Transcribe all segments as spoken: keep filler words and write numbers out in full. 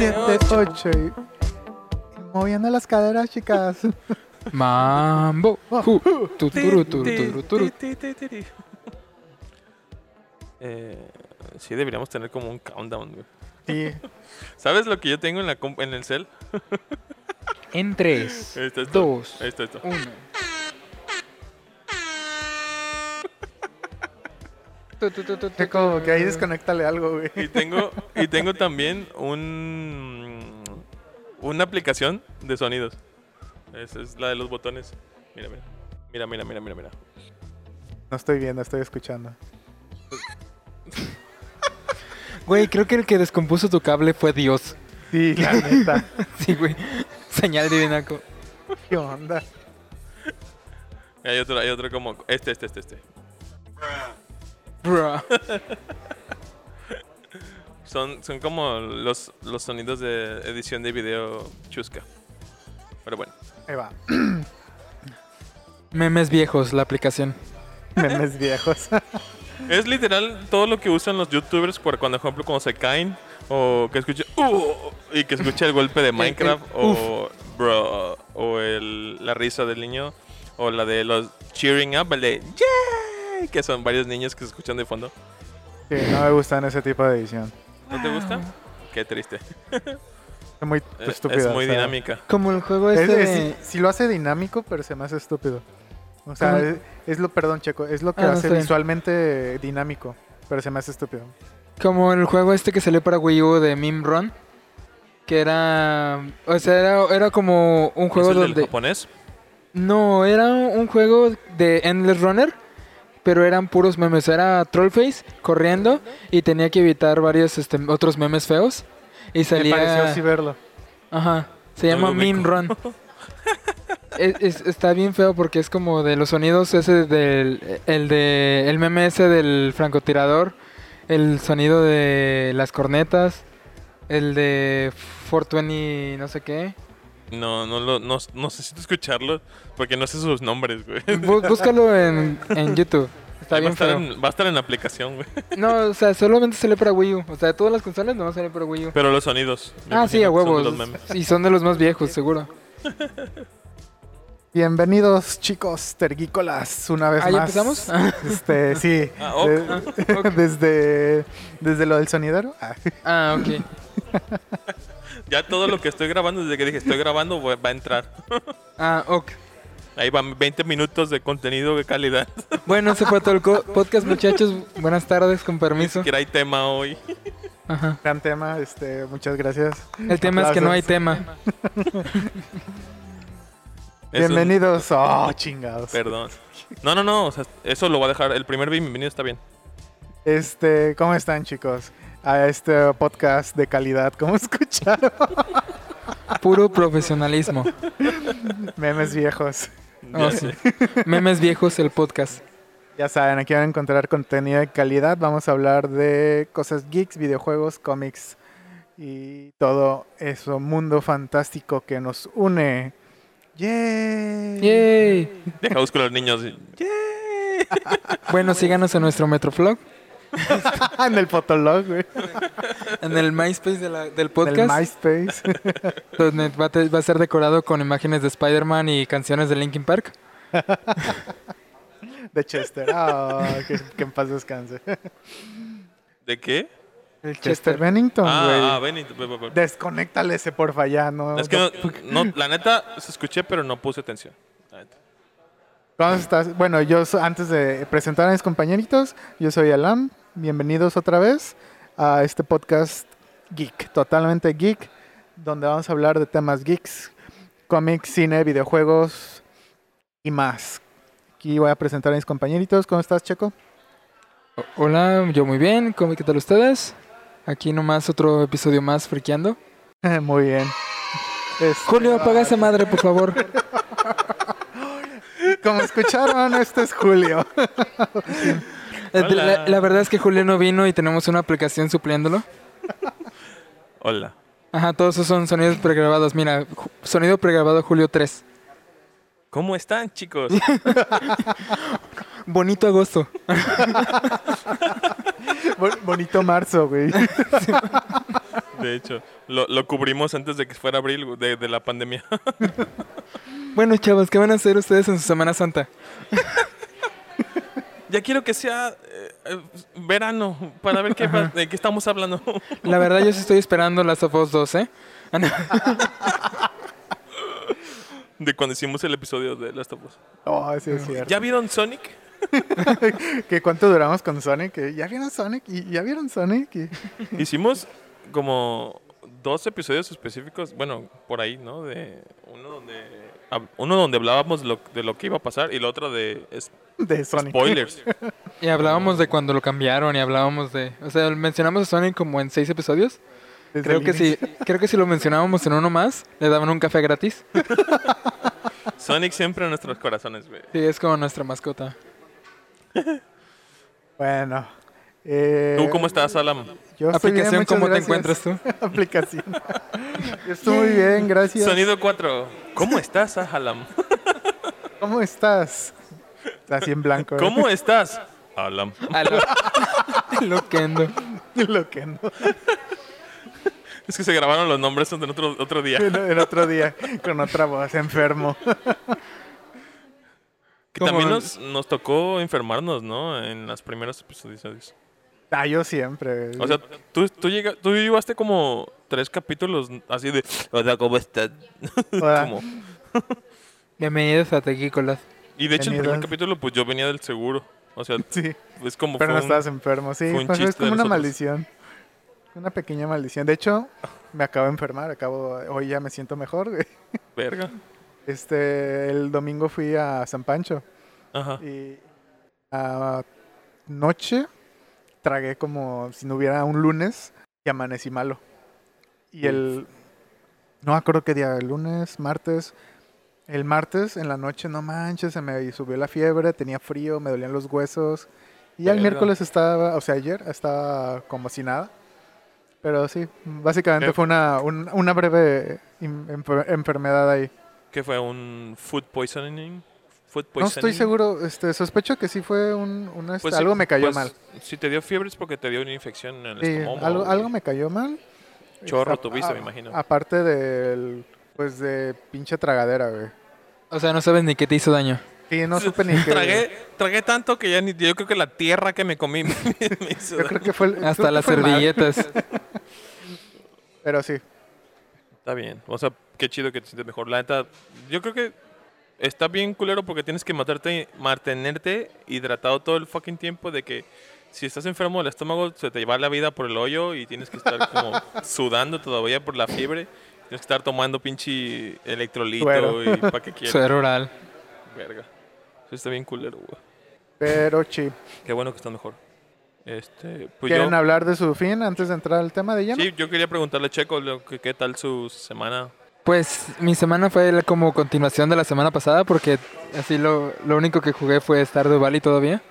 siete, ocho y... y moviendo las caderas, chicas. Mambo. Ju, tu, turu, turu, turu, turu. Eh, sí, deberíamos tener como un countdown, güey. Sí. ¿Sabes lo que yo tengo en, la comp- en el cel? En tres, Ahí está esto. dos, Ahí está esto. uno. Tu, tu, tu, tu, tu, Que como que ahí tu. desconéctale algo, güey. Y tengo, y tengo también un una aplicación de sonidos. Esa es la de los botones. Mira, mira. Mira, mira, mira, mira, mira. No estoy viendo, estoy escuchando. Güey, creo que el que descompuso tu cable fue Dios. Sí, la neta. Sí, güey. Señal divina. co- ¿Qué onda? Hay otro, hay otro como este, este, este, este. Bruh. Son, son como los, los sonidos de edición de video chusca. Pero bueno. Ahí va. Memes viejos, la aplicación. Memes viejos. Es literal todo lo que usan los youtubers por cuando, por ejemplo, cuando se caen o que escuche uh, y que escuche el golpe de Minecraft el o bro o el, la risa del niño o la de los cheering up, el de yay, que son varios niños que se escuchan de fondo. Sí, no me gustan ese tipo de edición. ¿No te gusta? Qué triste. Es muy Eh, estúpido. es muy o sea, dinámica. Como el juego Es, este es- de... sí lo hace dinámico, pero se me hace estúpido. O sea, ¿Cómo? es, es lo, perdón, Checo, es lo que Ah, no, hace está bien. visualmente dinámico, pero se me hace estúpido. Como el juego este que salió para Wii U de Meme Run. Que era... O sea, era, era como un ¿Es juego el del donde... japonés? No, era un juego de Endless Runner. Pero eran puros memes. Era Trollface corriendo y tenía que evitar varios este, otros memes feos. Y Me pareció salía... así verlo. Ajá. Se No llama lo ubico. Meme Run. Es- es- está bien feo porque es como de los sonidos ese del... El de... El meme ese del francotirador. El sonido de las cornetas. El de cuatrocientos veinte no sé qué. No, no, lo, no, no necesito escucharlo porque no sé sus nombres, güey. Bú- Búscalo en, en YouTube. Está Ahí va, a bien estar feo. en, va a estar en la aplicación, güey. No, o sea, solamente sale para Wii U. O sea, de todas las consolas no va a salir para Wii U. Pero los sonidos. me Ah, sí, imagino a que son de huevos. los memes. Y son de los más viejos, seguro. Bienvenidos, chicos tergícolas, una vez ¿Ah, ya más. empezamos? Este, sí. Ah, ok. de- desde, desde lo del sonidero. Ah, Ah, ok. Ya todo lo que estoy grabando, desde que dije estoy grabando, va va a entrar. Ah, ok. Ahí van veinte minutos de contenido de calidad. Bueno, ese fue todo el co- podcast, muchachos. Buenas tardes, con Ni permiso. siquiera hay tema hoy. Ajá. gran tema, este, muchas gracias. El tema es que no hay Aplausos. tema. Es un- Bienvenidos. Oh, chingados. Perdón. No, no, no. O sea, eso lo va a dejar. El primer bienvenido está bien. Este, ¿cómo están, chicos? A este podcast de calidad, ¿cómo escucharon? Puro profesionalismo. Memes viejos. Oh, Ya sí. sé. Memes viejos, el podcast. Ya saben, aquí van a encontrar contenido de calidad. Vamos a hablar de cosas geeks, videojuegos, cómics y todo eso mundo fantástico que nos une. ¡Yay! ¡Yay! Deja busco a los niños. ¡Yay! Bueno, síganos en nuestro Metroflog. en el Fotolog, güey. En el MySpace de la- del En el podcast. MySpace. Donde va a, te- va a ser decorado con imágenes de Spider-Man y canciones de Linkin Park. de Chester. Ah, que, que en paz descanse. ¿De qué? El Chester Bennington, güey. Ah, ah, Benito. ve, ve, ve. Desconéctale ese, porfa, ya. No, Es que no, no, la neta, se escuché, pero no puse atención. La neta. ¿Cómo estás? Bueno, yo so- antes de presentar a mis compañeritos, yo soy Alam. Bienvenidos otra vez a este podcast geek, totalmente geek, donde vamos a hablar de temas geeks, cómics, cine, videojuegos y más. Aquí voy a presentar a mis compañeritos. ¿Cómo estás, Checo? Hola, yo muy bien. ¿Cómo qué tal ustedes? Aquí nomás otro episodio más friqueando. Muy bien. Este, Julio, apaga esa madre, por favor. Como escucharon, este es Julio. Eh, Hola. La, la verdad es que Julio no vino y tenemos una aplicación supliéndolo. Hola. Ajá, todos esos son sonidos pregrabados. Mira, ju- sonido pregrabado Julio tres. ¿Cómo están, chicos? Bonito agosto. Bon- bonito marzo, güey. De hecho, lo, lo cubrimos antes de que fuera abril de, de la pandemia. Bueno, chavos, ¿qué van a hacer ustedes en su Semana Santa? Ya quiero que sea eh, eh, verano para ver qué, va- de qué estamos hablando. La verdad, yo sí estoy esperando Last of Us dos, ¿eh? Ah, no. De cuando hicimos el episodio de Last of Us. Oh, sí es cierto. ¿Ya vieron Sonic? ¿Qué cuánto duramos con Sonic? ¿Que ¿Ya vieron Sonic? ¿Y ya vieron Sonic? Y- Hicimos como dos episodios específicos, bueno, por ahí, ¿no? De uno donde hab- uno donde hablábamos lo- de lo que iba a pasar y el otro de es- De Sonic. spoilers. Y hablábamos de cuando lo cambiaron y hablábamos de... O sea, mencionamos a Sonic como en seis episodios. Desde Creo el que, si, inicio. creo que si lo mencionábamos en uno más, le daban un café gratis. Sonic siempre en nuestros corazones, güey. Sí, es como nuestra mascota. Bueno. eh, ¿Tú cómo estás, Alam? Yo estoy bien, Aplicación, muchas ¿cómo te gracias. encuentras tú? Aplicación. Yo estoy muy bien, gracias. Sonido cuatro. ¿Cómo estás, Alam? ¿Cómo estás? Así en blanco. ¿eh? ¿Cómo estás, Alam? A lo, loquendo. Lo que no. Es que se grabaron los nombres en otro, otro día. En, en otro día, con otra voz, enfermo. Que Como también el- nos, nos tocó enfermarnos, ¿no? En los primeros episodios. Ah, yo siempre. O sea, tú, tú, llega, tú llevaste como tres capítulos así de... Hola, ¿cómo estás? Hola. Como- Bienvenidos a Tequícolas. Y de hecho, el primer Bienvenidos. capítulo, pues yo venía del seguro. O sea, Sí, es como... pero fue no un- estabas enfermo. Sí, fue un pues, es chiste como de una nosotros. maldición. Una pequeña maldición. De hecho, me acabo de enfermar. Acabo, hoy ya me siento mejor. güey. Verga. Este, el domingo fui a San Pancho. Ajá. Y anoche tragué como si no hubiera un lunes y amanecí malo. Y el... No me acuerdo qué día, el lunes, martes. El martes en la noche, no manches, se me subió la fiebre, tenía frío, me dolían los huesos. Y ya el Verga. miércoles estaba, o sea, ayer estaba como si nada. Pero sí, básicamente ¿Qué? fue una, un- una breve im- enfer- enfermedad ahí. ¿Qué fue? ¿Un food poisoning? Food No estoy poisoning? seguro, este, sospecho que sí fue un, una, este, Pues sí, algo me cayó pues, mal. Si te dio fiebre es porque te dio una infección en el Sí, estómago. algo, güey. algo me cayó mal. Chorro A- tuviste, a- me imagino. Aparte del, pues de pinche tragadera, güey. O sea, no sabes ni qué te hizo daño. Sí, no supe ni qué. Tragué, tragué tanto que ya ni, yo creo que la tierra que me comí me, me hizo Yo daño. creo que fue el- creo Hasta que las fue el mar. servilletas. Pero sí. Está bien. O sea, qué chido que te sientes mejor. La neta, yo creo que está bien culero porque tienes que matarte, mantenerte hidratado todo el fucking tiempo de que si estás enfermo del estómago se te va la vida por el hoyo y tienes que estar como sudando todavía por la fiebre. Tienes que estar tomando pinche electrolito Suero. y pa' que quieras. Suero oral. Verga. Eso está bien culero, güey. Pero sí. Qué bueno que estás mejor. Este, pues ¿Quieren yo, hablar de su fin antes de entrar al tema de lleno? sí, yo quería preguntarle a Checo lo que- qué tal su semana. Pues mi semana fue la- como continuación de la semana pasada porque así lo, lo único que jugué fue Stardew Valley todavía.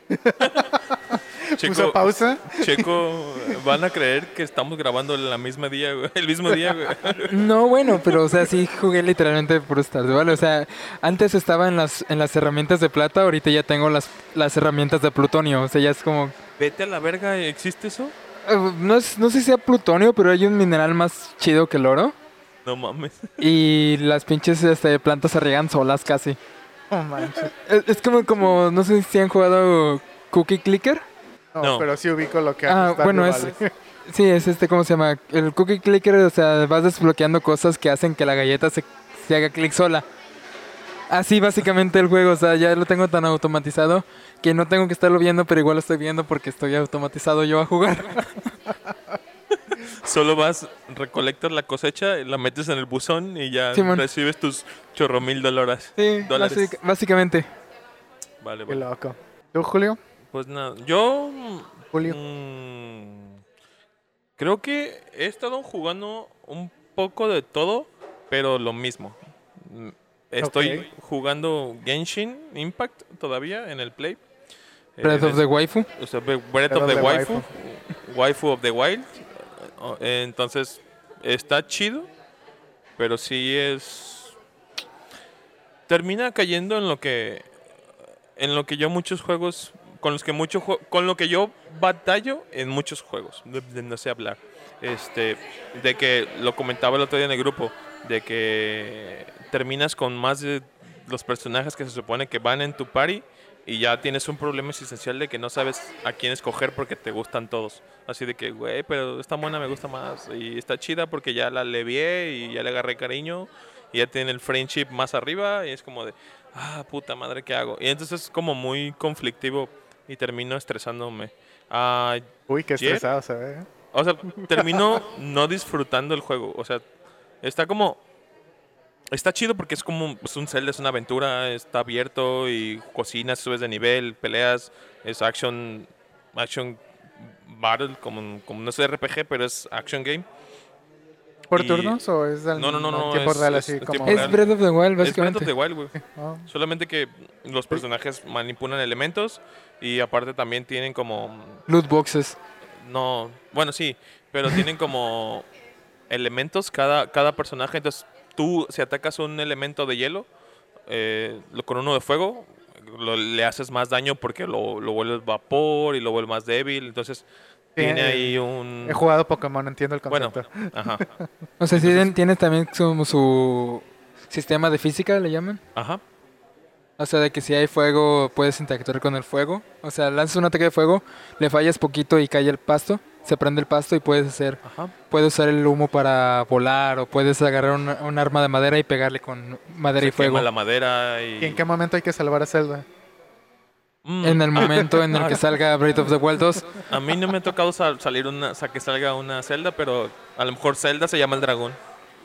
Puso Checo, pausa. Checo, van a creer que estamos grabando la misma día, güey, el mismo día, güey. No, bueno, pero o sea, sí jugué literalmente por Stardew Valley. O sea, antes estaba en las, en las herramientas de plata, ahorita ya tengo las, las herramientas de plutonio. O sea, ya es como... Vete a la verga, ¿existe eso? eh, No, es- no sé si sea plutonio, pero hay un mineral más chido que el oro. No mames. Y las pinches este, plantas se riegan solas casi. No manches. Es, es como, como, no sé si han jugado Cookie Clicker. No, No. pero sí ubico lo que Ah, hace bueno, Stardew es- Valley. Sí, es este, ¿cómo se llama? El Cookie Clicker, o sea, vas desbloqueando cosas que hacen que la galleta se, se haga clic sola. Así básicamente el juego, o sea, ya lo tengo tan automatizado que no tengo que estarlo viendo, pero igual lo estoy viendo porque estoy automatizado yo a jugar. Solo vas, recolectas la cosecha, la metes en el buzón y ya Simón. recibes tus chorro mil dólares. Sí, Dólares. básic- básicamente. Vale, Qué vale. loco. ¿Tú, Julio? Pues nada, yo... Julio. mm, creo que he estado jugando un poco de todo, pero lo mismo. Mm, Estoy Ok. jugando Genshin Impact todavía en el Play. Breath Eh, of the Waifu. O sea, Be- Breath Breath of the of the Waifu. Waifu of the Wild. Eh, Entonces, está chido, pero sí es... Termina cayendo en lo que... En lo que yo muchos juegos con los que mucho jue- con lo que yo batallo en muchos juegos, de- de no sé hablar. Este, de que lo comentaba el otro día en el grupo, de que terminas con más de los personajes que se supone que van en tu party y ya tienes un problema existencial de que no sabes a quién escoger porque te gustan todos. Así de que, güey, pero esta mona me gusta más y está chida porque ya la levié y ya le agarré cariño y ya tiene el friendship más arriba y es como de, ah, puta madre, ¿qué hago? Y entonces es como muy conflictivo y termino estresándome. Ayer, Uy, qué estresado se ve. ¿eh? o sea, termino no disfrutando el juego. O sea, está como... Está chido porque es como es un Zelda, es una aventura, está abierto y cocinas, subes de nivel, peleas, es action, action battle, como, como no es R P G, pero es action game. ¿Por Y- turnos o es al, No, no, no, en no, tiempo es- real es así en como... tiempo Es real. Breath of the Wild, Es Breath of básicamente. the Wild, güey. Ah, Solamente que los personajes manipulan elementos y aparte también tienen como... Loot boxes. No, bueno, sí, pero tienen como elementos cada, cada personaje. Entonces, tú, si atacas un elemento de hielo, eh, lo- con uno de fuego, lo- le haces más daño porque lo, lo vuelves vapor y lo vuelves más débil. Entonces, tiene eh, ahí un... He jugado Pokémon, entiendo el Bueno, concepto. ajá, O sea, sí Entonces- tiene también su, su sistema de física, le llaman. ajá. O sea, de que si hay fuego, puedes interactuar con el fuego. O sea, lanzas un ataque de fuego, le fallas poquito y cae el pasto, se prende el pasto y puedes hacer, Ajá. puedes usar el humo para volar o puedes agarrar un, un arma de madera y pegarle con madera Se y fuego. quema la madera y... ¿Y en qué momento hay que salvar a Zelda? Mm, En el momento en el que salga Breath of the Wild dos, A mí no me ha tocado sal- salir una, o sea, que salga una Zelda, pero a lo mejor Zelda se llama el dragón.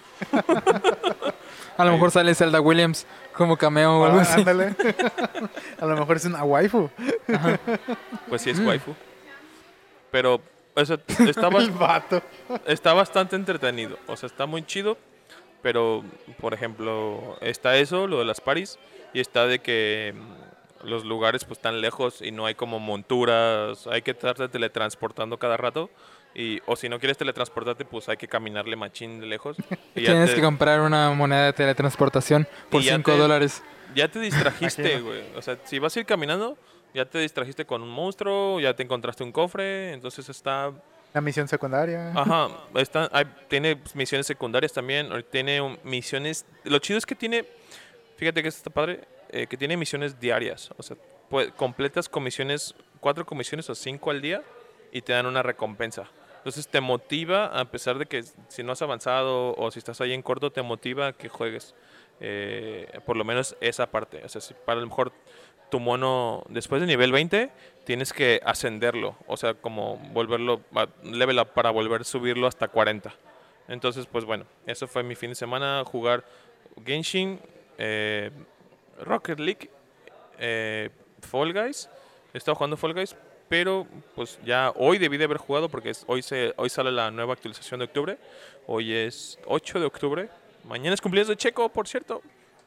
a lo mejor sale Zelda Williams como cameo o algo Ah, así. ándale. A lo mejor es una waifu. Pues sí es Mm. waifu. Pero o sea, está, bas- El vato. está bastante entretenido. O sea, está muy chido. Pero, por ejemplo, está eso, lo de las paris. Y está de que mm, los lugares pues están lejos y no hay como monturas. Hay que estarse teletransportando cada rato. Y, o si no quieres teletransportarte, pues hay que caminarle machín de lejos. Y ya Tienes te- que comprar una moneda de teletransportación por Y ya cinco te- dólares. Ya te distrajiste, Imagino. güey. O sea, si vas a ir caminando, ya te distrajiste con un monstruo, ya te encontraste un cofre, entonces está... La misión secundaria. Ajá, está, hay- tiene misiones secundarias también, o tiene um, misiones... Lo chido es que tiene, fíjate que está padre, eh, que tiene misiones diarias. O sea, pue- completas comisiones, cuatro comisiones o cinco al día y te dan una recompensa. Entonces te motiva, a pesar de que si no has avanzado o si estás ahí en corto, te motiva a que juegues. Eh, por lo menos esa parte. O sea, si para lo mejor tu mono, después de nivel veinte, tienes que ascenderlo. O sea, como volverlo, a- level up para volver a subirlo hasta cuarenta. Entonces, pues bueno, eso fue mi fin de semana. Jugar Genshin, eh, Rocket League, eh, Fall Guys. He estado jugando Fall Guys, pero pues ya hoy debí de haber jugado porque es- hoy, se, hoy sale la nueva actualización de octubre. Hoy es ocho de octubre. Mañana es cumpleaños de Checo, por cierto.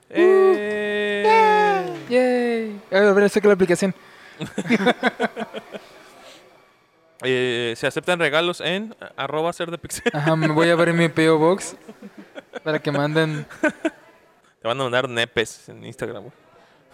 Eh, Yay. A ver, saca la aplicación. eh, se aceptan regalos en arroba ser de pixel. Ajá, me voy a ver mi P O Box para que manden. Te van a mandar nepes en Instagram, güey.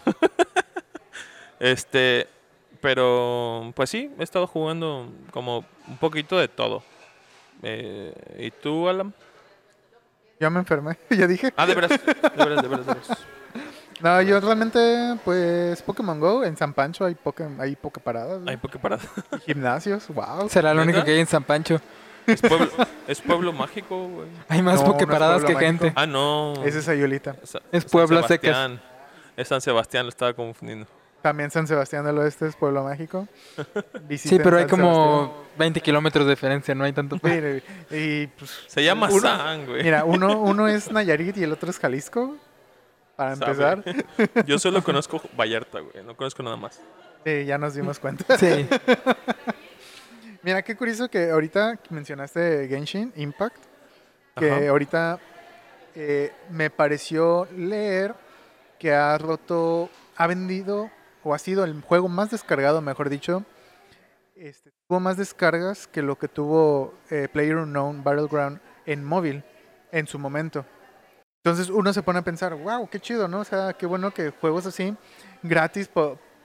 Este, pero pues sí, he estado jugando como un poquito de todo. Eh, ¿Y tú, Alan? Yo me enfermé, ya dije. Ah, de veras, de veras, de veras, de veras. No, yo realmente, pues, Pokémon Go, en San Pancho hay poca, hay poca parada. Ay, ¿por qué parada? Gimnasios, wow. Será lo único ¿Neta? que hay en San Pancho. Es pueblo, es pueblo mágico, güey. Hay más No, no es pokeparadas que pueblo mágico. gente. Ah, no. Ese es Ayulita. Sa- Es San Puebla secas. Sebastián. Es San Sebastián, lo estaba confundiendo. También San Sebastián del Oeste es pueblo mágico. Sí, Visiten pero hay San como veinte kilómetros de diferencia, no hay tanto. Sebastián. Mire, y pues, Se llama Uno- San, güey. mira, uno, uno es Nayarit y el otro es Jalisco. Para Sabe. empezar, Yo solo conozco Vallarta, güey. No conozco nada más. sí, ya nos dimos cuenta. Sí. Mira, qué curioso que ahorita mencionaste Genshin Impact, que Ajá. ahorita eh, me pareció leer que ha roto, ha vendido o ha sido el juego más descargado, mejor dicho. Este, tuvo más descargas que lo que tuvo eh, PlayerUnknown Battleground en móvil en su momento. Entonces uno se pone a pensar, wow, qué chido, ¿no? O sea, qué bueno que juegos así, gratis, po-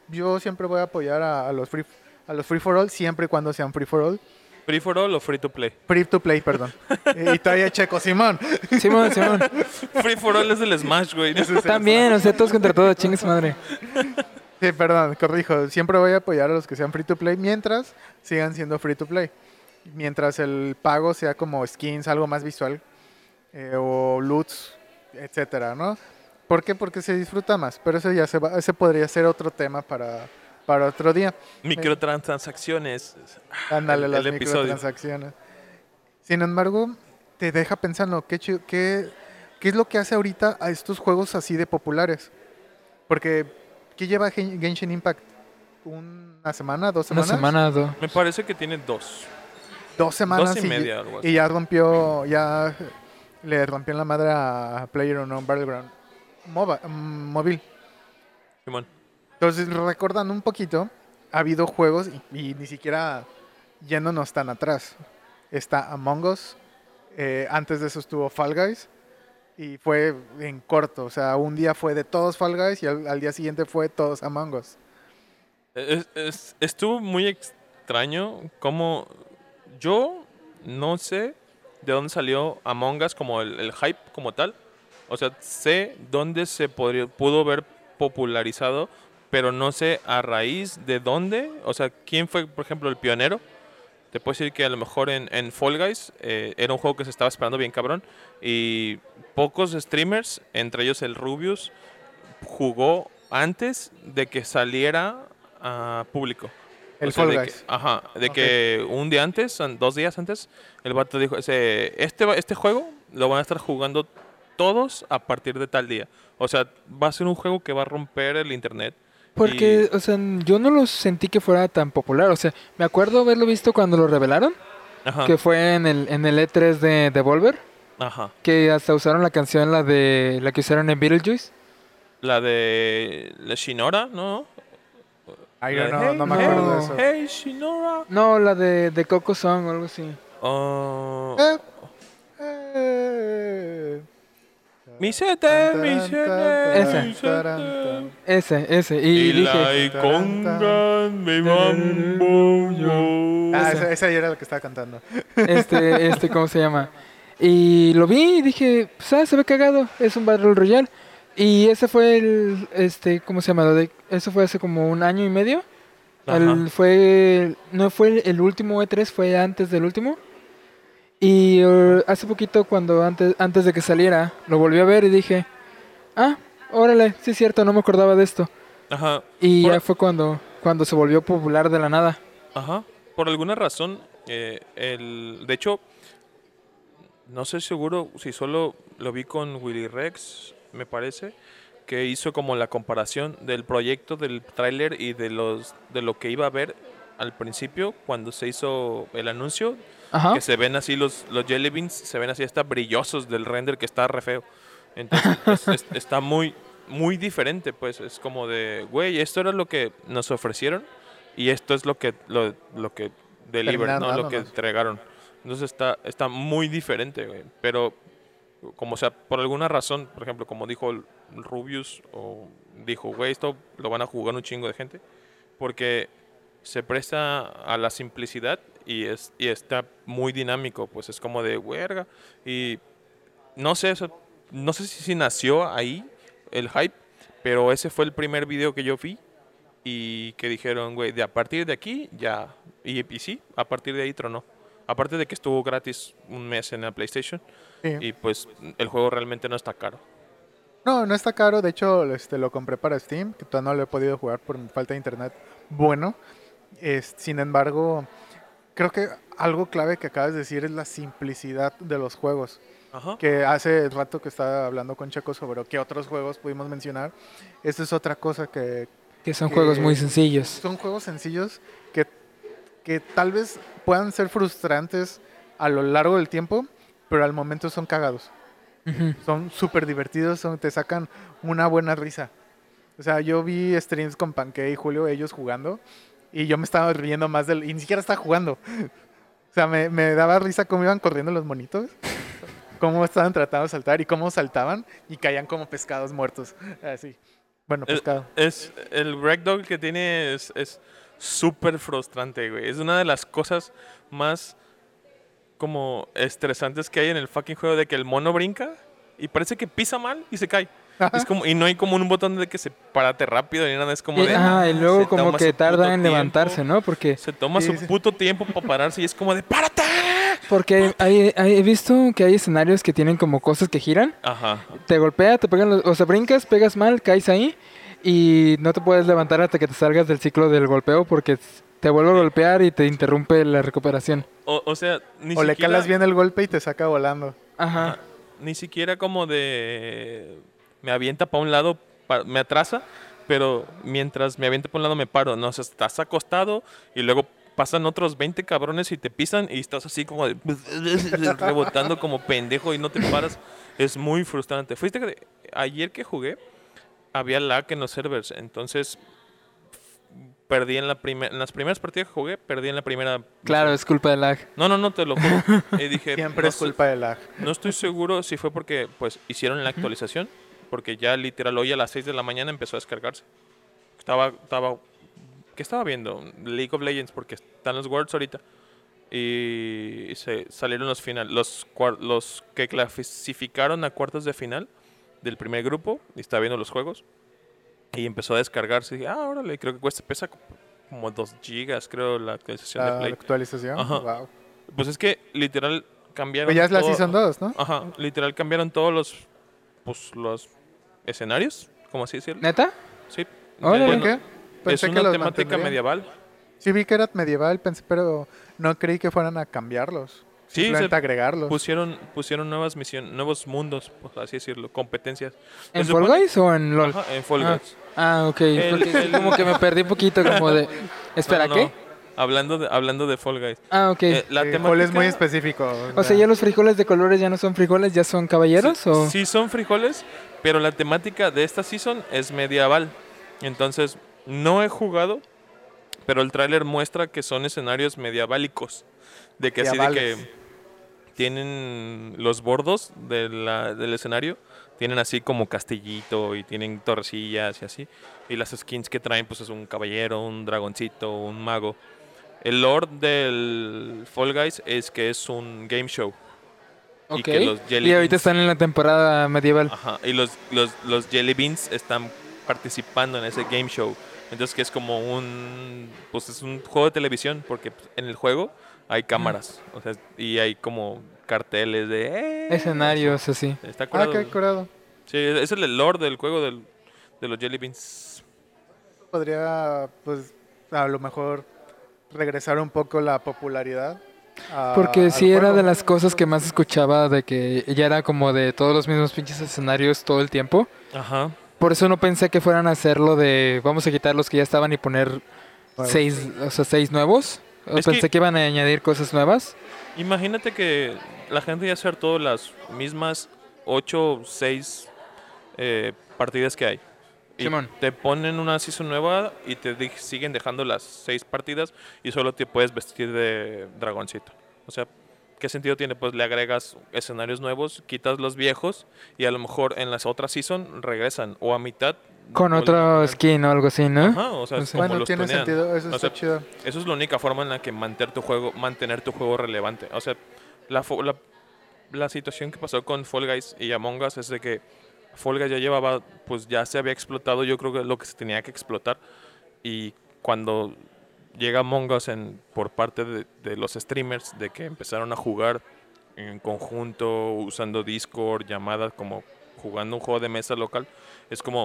yo siempre voy a apoyar a, a los free a los free for all siempre y cuando sean free for all. ¿Free for all o free to play? Free to play, perdón. y todavía checo, Simón. Simón, Simón. Free for all es el Smash, güey. También, o sea, todos contra todos, chingue su madre. Sí, perdón, corrijo. Siempre voy a apoyar a los que sean free to play mientras sigan siendo free to play. Mientras el pago sea como skins, algo más visual, eh, o loots, etcétera, ¿no? ¿Por qué? Porque se disfruta más. Pero eso ya se va, ese podría ser otro tema para, para otro día. Microtransacciones. Ándale, el- las el episodio. microtransacciones. Sin embargo, te deja pensando, ¿qué, chi- qué, ¿qué es lo que hace ahorita a estos juegos así de populares? Porque, ¿qué lleva Gen- Genshin Impact? ¿Una semana? ¿Dos Una semanas? semana, dos. Me parece que tiene dos. Dos semanas Dos y y, media, algo así. y ya rompió, ya le rompió en la madre a PlayerUnknown Battleground Mova- mm, móvil. Simón. Entonces, recordando un poquito, ha habido juegos y, y ni siquiera yéndonos tan atrás. Está Among Us, eh, antes de eso estuvo Fall Guys y fue en corto, o sea, un día fue de todos Fall Guys y al, al día siguiente fue todos Among Us. Es- es- estuvo muy extraño como yo no sé de dónde salió Among Us como el, el hype como tal. O sea, sé dónde se podría, pudo haber popularizado, pero no sé a raíz de dónde. O sea, quién fue, por ejemplo, el pionero. Te puedo decir que a lo mejor en, en Fall Guys eh, era un juego que se estaba esperando bien cabrón. Y pocos streamers, entre ellos el Rubius, jugó antes de que saliera a público. El O sea, Fall de Guys. que- ajá, de Ok. que un día antes, an- dos días antes, el vato dijo, ese, este, va- este juego lo van a estar jugando todos a partir de tal día. O sea, va a ser un juego que va a romper el internet. Porque, o sea, yo no lo sentí que fuera tan popular. O sea, me acuerdo haberlo visto cuando lo revelaron, Ajá, que fue en el, en el E tres de Devolver, ajá. que hasta usaron la canción, la de la que usaron en Beetlejuice. La de la Shinora, ¿no? Ay, La yo de, no, no me hey, acuerdo de no. eso. Hey, Shinora. No, la de, de Coco Song o algo así. Oh, Eh, eh. mi sete, Tan, mi taran, sete, tan, Ese. mi taran, sete. tan. Ese, ese. Y, Y la dije, iconga me mambo. Ah, Ese. esa, esa ya era la que estaba cantando. este, este, ¿cómo se llama? Y lo vi y dije, pues, ah, se ve cagado, es un Battle Royale. Y ese fue el, este, ¿cómo se llama? Lo de- Eso fue hace como un año y medio. El- Ajá. fue, no fue el, el último E tres, fue antes del último. Y eh, hace poquito, cuando antes, antes de que saliera, lo volví a ver y dije, ah, órale, sí es cierto, no me acordaba de esto. Ajá. Y Por- ya fue cuando, cuando se volvió popular de la nada. Ajá. Por alguna razón, eh, el, de hecho, no sé seguro si solo lo vi con Willy Rex, me parece, que hizo como la comparación del proyecto, del tráiler y de los de lo que iba a ver al principio cuando se hizo el anuncio, Ajá. que se ven así los, los jelly beans, se ven así hasta brillosos del render que está re feo. Entonces es- es- está muy, muy diferente, pues es como de, güey, esto era lo que nos ofrecieron y esto es lo que lo, lo que deliver, Terminaron ¿no? Lo que dándonos. entregaron. Entonces está, está muy diferente, güey. Pero como sea, por alguna razón, por ejemplo, como dijo el Rubius, o dijo, güey, esto lo van a jugar un chingo de gente, porque se presta a la simplicidad y, es, y está muy dinámico, pues es como de huerga. Y no sé, o sea, no sé si, si nació ahí el hype, pero ese fue el primer video que yo vi y que dijeron, güey, de a partir de aquí ya, y, y sí, a partir de ahí tronó. Aparte de que estuvo gratis un mes en la PlayStation Sí. y pues el juego realmente no está caro. No, no está caro. De hecho, este, lo compré para Steam, que todavía no lo he podido jugar por mi falta de internet. Bueno, es, sin embargo, creo que algo clave que acabas de decir es la simplicidad de los juegos. Ajá. Que hace rato que estaba hablando con Checo sobre qué otros juegos pudimos mencionar. Esta es otra cosa que Que son que- juegos muy sencillos. son juegos sencillos que, que tal vez puedan ser frustrantes a lo largo del tiempo, pero al momento son cagados. Ujú. Son súper divertidos, son, te sacan una buena risa. O sea, yo vi streams con Panque y Julio, ellos jugando, y yo me estaba riendo más del... Y ni siquiera estaba jugando. O sea, me, me daba risa cómo iban corriendo los monitos, cómo estaban tratando de saltar y cómo saltaban y caían como pescados muertos. Así. Bueno, Es, pescado. es el ragdoll que tiene es es súper frustrante, güey. Es una de las cosas más como estresantes que hay en el fucking juego de que el mono brinca y parece que pisa mal y se cae. Es como, y no hay como un botón de que se parate rápido ni nada, es como Y, de... ah, y "Ah, luego se como toma que su tarda puto en tiempo, levantarse, ¿no? Porque Se toma Sí, su sí. puto tiempo para pararse y es como de ¡párate! porque hay, hay- he visto que hay escenarios que tienen como cosas que giran. Ajá. Te golpea, te pegan los... O sea, brincas, pegas mal, caes ahí y no te puedes levantar hasta que te salgas del ciclo del golpeo porque te vuelve a Sí. golpear y te interrumpe la recuperación. O, o sea, ni O le siquiera... calas bien el golpe y te saca volando. Ajá. Ajá. Ni siquiera como de... Me avienta para un lado, pa- me atrasa, pero mientras me avienta para un lado me paro. No, o sea, estás acostado y luego pasan otros veinte cabrones y te pisan y estás así como de... rebotando como pendejo y no te paras. Es muy frustrante. Fuiste que de- ayer que jugué, había lag en los servers, entonces perdí en la primera, en las primeras partidas que jugué, perdí en la primera. Claro, misión. es culpa del lag. No, no, no, te lo juro. Y dije, Siempre no es estoy- culpa del lag. No estoy seguro si fue porque pues hicieron la actualización, porque ya literal hoy a las seis de la mañana empezó a descargarse. Estaba, estaba, ¿qué estaba viendo? League of Legends, porque están los Worlds ahorita. Y se salieron los final, los, cuar- los que clasificaron a cuartos de final del primer grupo, y estaba viendo los juegos. Y empezó a descargarse. Y dije, ah, órale, creo que cuesta, pesa como dos gigas, creo, la actualización de La Play. actualización. Ajá. Wow. Pues es que literal cambiaron. Pues ya es la todo- Season dos, ¿no? Ajá, literal cambiaron todos los, pues, los escenarios, como así decirlo. ¿Neta? Sí. Órale. Bueno, ¿Por qué? es Pensé que una los temática mantendrían. medieval. Sí vi que era medieval, pensé, pero no creí que fueran a cambiarlos. Sí, Simplemente se agregarlos. pusieron, pusieron nuevas misiones, nuevos mundos, por así decirlo, competencias. ¿En Se Fall supone- Guys o en LOL? Ajá, en Fall Ah. Guys. Ah, ok. El- Porque el- como que me perdí un poquito como de... Espera, No, no, ¿qué? no. Hablando de, hablando de Fall Guys. Ah, ok. Eh, la Sí, temática, Fall es muy específico. O sea, ¿ya los frijoles de colores ya no son frijoles, ya son caballeros? Sí, o... sí son frijoles, pero la temática de esta season es medieval. Entonces, no he jugado, pero el tráiler muestra que son escenarios medieválicos. De que así de Medievales. que tienen los bordos de la- del escenario, tienen así como castillito y tienen torrecillas y así. Y las skins que traen, pues es un caballero, un dragoncito, un mago. El lore del Fall Guys es que es un game show. y Ok. que los Jelly Y ahorita Beans- están en la temporada medieval. Ajá, y los, los, los Jelly Beans están participando en ese game show. Entonces que es como un, pues es un juego de televisión, porque en el juego hay cámaras, o sea, y hay como carteles de... "Eh", Escenarios así. Está Ah, curado. qué curado. Sí, ese es el lore del juego del, de los Jelly Beans. Podría, pues, a lo mejor regresar un poco la popularidad. a- Porque al sí era juego. de las cosas que más escuchaba de que ya era como de todos los mismos pinches escenarios todo el tiempo. Ajá. Por eso no pensé que fueran a hacerlo de vamos a quitar los que ya estaban y poner Nuevos. seis, o sea, seis nuevos. O Es que- pensé que... iban a añadir cosas nuevas. Imagínate que la gente ya hacer todas las mismas ocho o seis partidas que hay. Y Simón. te ponen una season nueva y te di- siguen dejando las seis partidas y solo te puedes vestir de dragoncito. O sea, ¿qué sentido tiene? Pues le agregas escenarios nuevos, quitas los viejos y a lo mejor en las otras season regresan o a mitad. Con vuelven a otro poner- skin o algo así, ¿no? Ajá, o sea, O es sea, como Bueno, los tiene tunean. sentido, eso O está sea, chido. Eso es la única forma en la que mantener tu juego, mantener tu juego relevante. O sea, la, fo- la, la situación que pasó con Fall Guys y Among Us es de que Fall Guys ya llevaba, pues ya se había explotado, yo creo que lo que se tenía que explotar. Y cuando llega Among Us en, por parte de, de los streamers, de que empezaron a jugar en conjunto, usando Discord, llamadas, como jugando un juego de mesa local, es como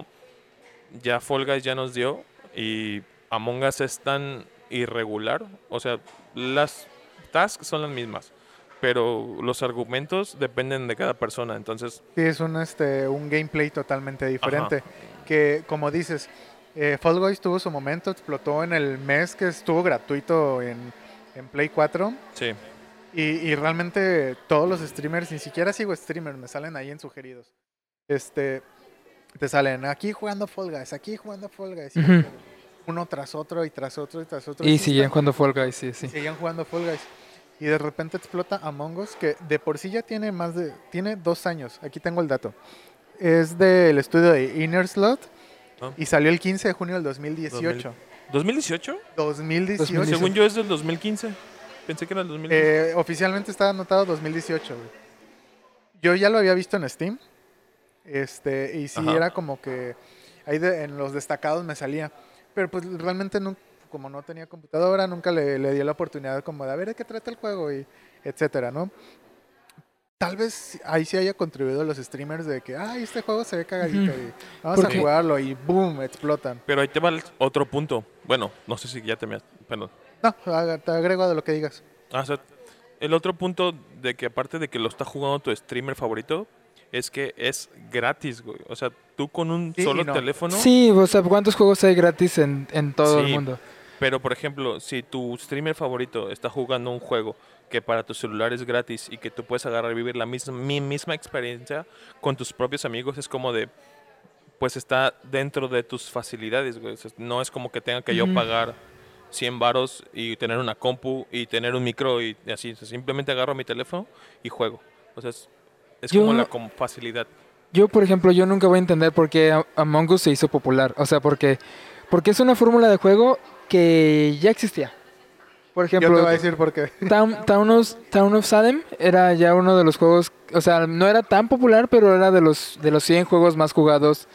ya Fall Guys ya nos dio y Among Us es tan irregular, o sea, las tasks son las mismas, pero los argumentos dependen de cada persona, entonces, Sí, es un, este, un gameplay totalmente diferente. Que, como dices, eh, Fall Guys tuvo su momento, explotó en el mes que estuvo gratuito en, en Play cuatro. sí, Y, y realmente todos los streamers, ni siquiera sigo streamers, me salen ahí en sugeridos. Este, te salen aquí jugando Fall Guys, aquí jugando Fall Guys. y Ujú. Uno tras otro y tras otro y tras otro. Y sí siguen está- jugando Fall Guys, sí, sí. Seguían jugando Fall Guys. Y de repente explota Among Us, que de por sí ya tiene más de... Tiene dos años, aquí tengo el dato. Es del estudio de Inner Slot. Ah. Y salió el quince de junio del dos mil dieciocho. ¿dos mil dieciocho? dos mil dieciocho. dos mil Según yo es del dos mil quince. Pensé que era el dos mil dieciocho. Eh, oficialmente está anotado dos mil dieciocho, güey. Yo ya lo había visto en Steam. Este, y sí, Ajá. era como que ahí de- en los destacados me salía. Pero pues realmente no, como no tenía computadora, nunca le, le di la oportunidad como de a ver de qué trata el juego y etcétera, ¿no? Tal vez ahí sí haya contribuido los streamers de que, ay, este juego se ve cagadito Ujú. y vamos Porque- a jugarlo y boom, explotan. Pero ahí te va el otro punto. Bueno, no sé si ya te me... Perdón. No, ag- te agrego a lo que digas. Ah, o sea, el otro punto de que aparte de que lo está jugando tu streamer favorito, es que es gratis, güey. O sea, tú con un Sí y solo no. teléfono... Sí, o sea, ¿cuántos juegos hay gratis en, en todo el Sí. mundo? Pero, por ejemplo, si tu streamer favorito está jugando un juego que para tu celular es gratis y que tú puedes agarrar y vivir la misma, mi misma experiencia con tus propios amigos, es como de, pues está dentro de tus facilidades, güey. O sea, no es como que tenga que yo Ujú. pagar cien varos y tener una compu y tener un micro y así. O sea, simplemente agarro mi teléfono y juego. O sea, es, es Yo- como la com- facilidad. Yo, por ejemplo, yo nunca voy a entender por qué A- Among Us se hizo popular. O sea, porque, porque es una fórmula de juego que ya existía. Por Yo te ejemplo, voy a decir por qué. Town, Town of, Town of Salem era ya uno de los juegos, o sea, no era tan popular, pero era de los de los cien juegos más jugados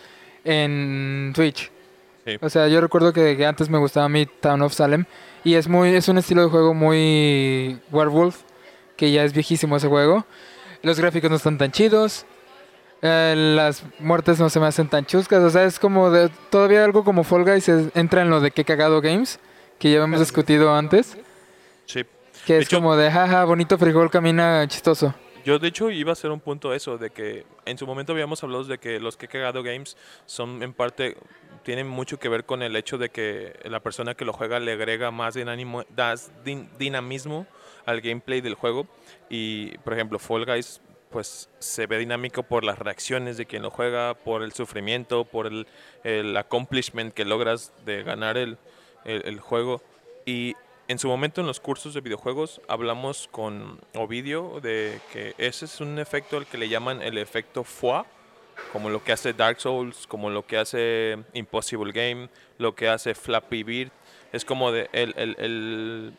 en Twitch. Sí. O sea, yo recuerdo que, que antes me gustaba a mí Town of Salem y es muy es un estilo de juego muy Werewolf, que ya es viejísimo ese juego. Los gráficos no están tan chidos. eh, las muertes no se me hacen tan chuscas, o sea, es como de todavía algo como Fall Guys es- entra en lo de qué cagado games, que ya hemos discutido antes. Sí. Que De es hecho- como de, jaja, bonito frijol, camina chistoso. Yo de hecho iba a hacer un punto eso, de que en su momento habíamos hablado de que los que he cagado games son en parte, tienen mucho que ver con el hecho de que la persona que lo juega le agrega más dinamismo, das din- dinamismo al gameplay del juego. Y por ejemplo Fall Guys pues se ve dinámico por las reacciones de quien lo juega, por el sufrimiento, por el, el accomplishment que logras de ganar el, el, el juego. Y en su momento en los cursos de videojuegos hablamos con Ovidio de que ese es un efecto al que le llaman el efecto F O A, como lo que hace Dark Souls, como lo que hace Impossible Game, lo que hace Flappy Bird. Es como de el, el, el,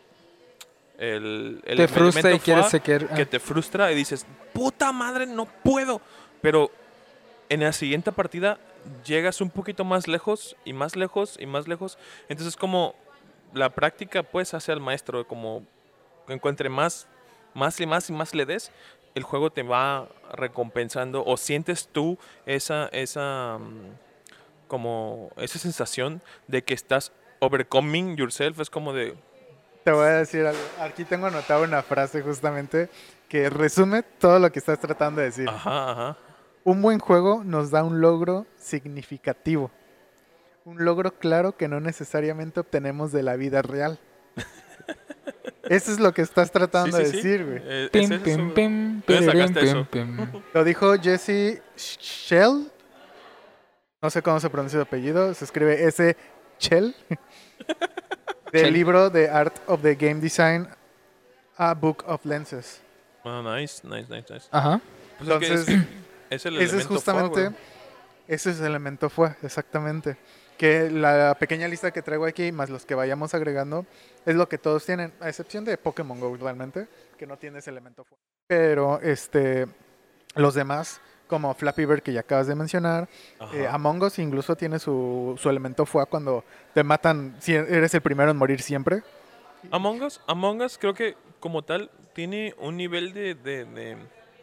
el, el Te frustra y elemento quieres F O A sequer- que ah. te frustra y dices, puta madre, no puedo. Pero en la siguiente partida llegas un poquito más lejos y más lejos y más lejos. Entonces como la práctica pues hace al maestro, como encuentre más, más y más y más le des, el juego te va recompensando o sientes tú esa, esa, mm, como esa sensación de que estás overcoming yourself, es como de, Te voy a decir algo. Aquí tengo anotado una frase justamente que resume todo lo que estás tratando de decir. ajá, ajá. Un buen juego nos da un logro significativo. Un logro claro que no necesariamente obtenemos de la vida real. Eso es lo que estás tratando Sí, sí, de sí. decir, güey. Eh, Pim, es eso, pim, güey. pim, ¿Dónde piririm, sacaste pim, eso? pim. Lo dijo Jesse Shell. No sé cómo se pronuncia su apellido. Se escribe S. Shell. Del Shell. libro The Art of the Game Design, A Book of Lenses. Ah, nice, nice, nice, nice. Ajá. Pues es que Entonces, es, es el ese es elemento justamente, fuego. ese es el elemento fue, exactamente. Que la pequeña lista que traigo aquí, más los que vayamos agregando, es lo que todos tienen, a excepción de Pokémon Go realmente, que no tiene ese elemento fue. Pero este, los demás, como Flappy Bird que ya acabas de mencionar, Ajá. eh, Among Us incluso tiene su, su elemento fue cuando te matan, si eres el primero en morir siempre. Among Us, Among Us creo que como tal tiene un nivel de, de, de-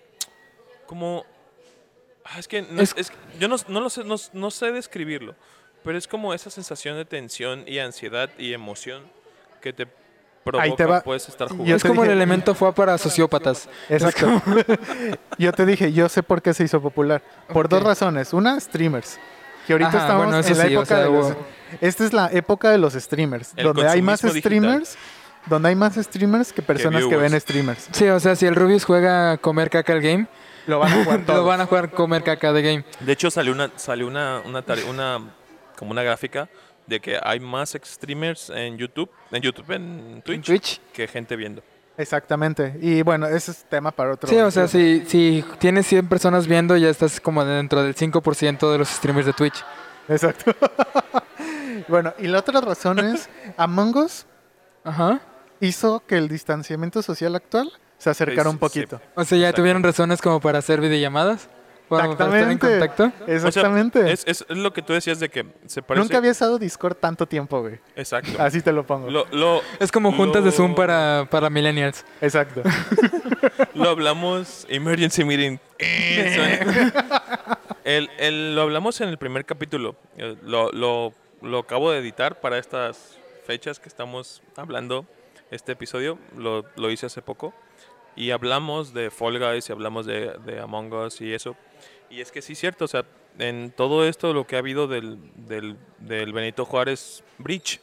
como ah, es que no- Es- es que yo no, no lo sé, no, no sé describirlo, pero es como esa sensación de tensión y ansiedad y emoción que te provoca te va. puedes estar Yo jugando. Es te como el dije- elemento fue para sociópatas. Exacto. Yo te dije, yo sé por qué se hizo popular. Por Ok. dos razones. Una, streamers. Que ahorita Ajá, estamos bueno, eso en la sí, o época sea, de los... hubo- Esta es la época de los streamers. El donde hay más consumismo digital. streamers. Donde hay más streamers que personas que, viewers. ven streamers. Sí, o sea, si el Rubius juega comer caca el game, Lo van a jugar todos. lo van a jugar comer caca de game. De hecho salió una salió una una, tare- una como una gráfica de que hay más streamers en YouTube, en YouTube, en Twitch, En Twitch. que gente viendo. Exactamente. Y bueno, ese es tema para otro. Sí, o sea, si, si tienes cien personas viendo, ya estás como dentro del cinco por ciento de los streamers de Twitch. Exacto. Bueno, y la otra razón es, Among Us Ajá. hizo que el distanciamiento social actual se acercara Sí, un sí. poquito. O sea, ya Exacto. tuvieron razones como para hacer videollamadas. Para, para estar en Exactamente. contacto. O sea, Exactamente. es, es, es lo que tú decías de que se parece... Nunca había usado Discord tanto tiempo, güey. Exacto. Así te lo pongo. Lo, lo, Es como juntas de lo- Zoom para, para millennials. Exacto. Lo hablamos... Emergency meeting. Eh, suena. el, el- lo hablamos en el primer capítulo. Eh, Lo, lo, lo acabo de editar para estas fechas que estamos hablando. Este episodio lo, lo hice hace poco. Y hablamos de Fall Guys y hablamos de, de Among Us y eso. Y es que sí es cierto, o sea, en todo esto lo que ha habido del, del, del Benito Juárez Bridge,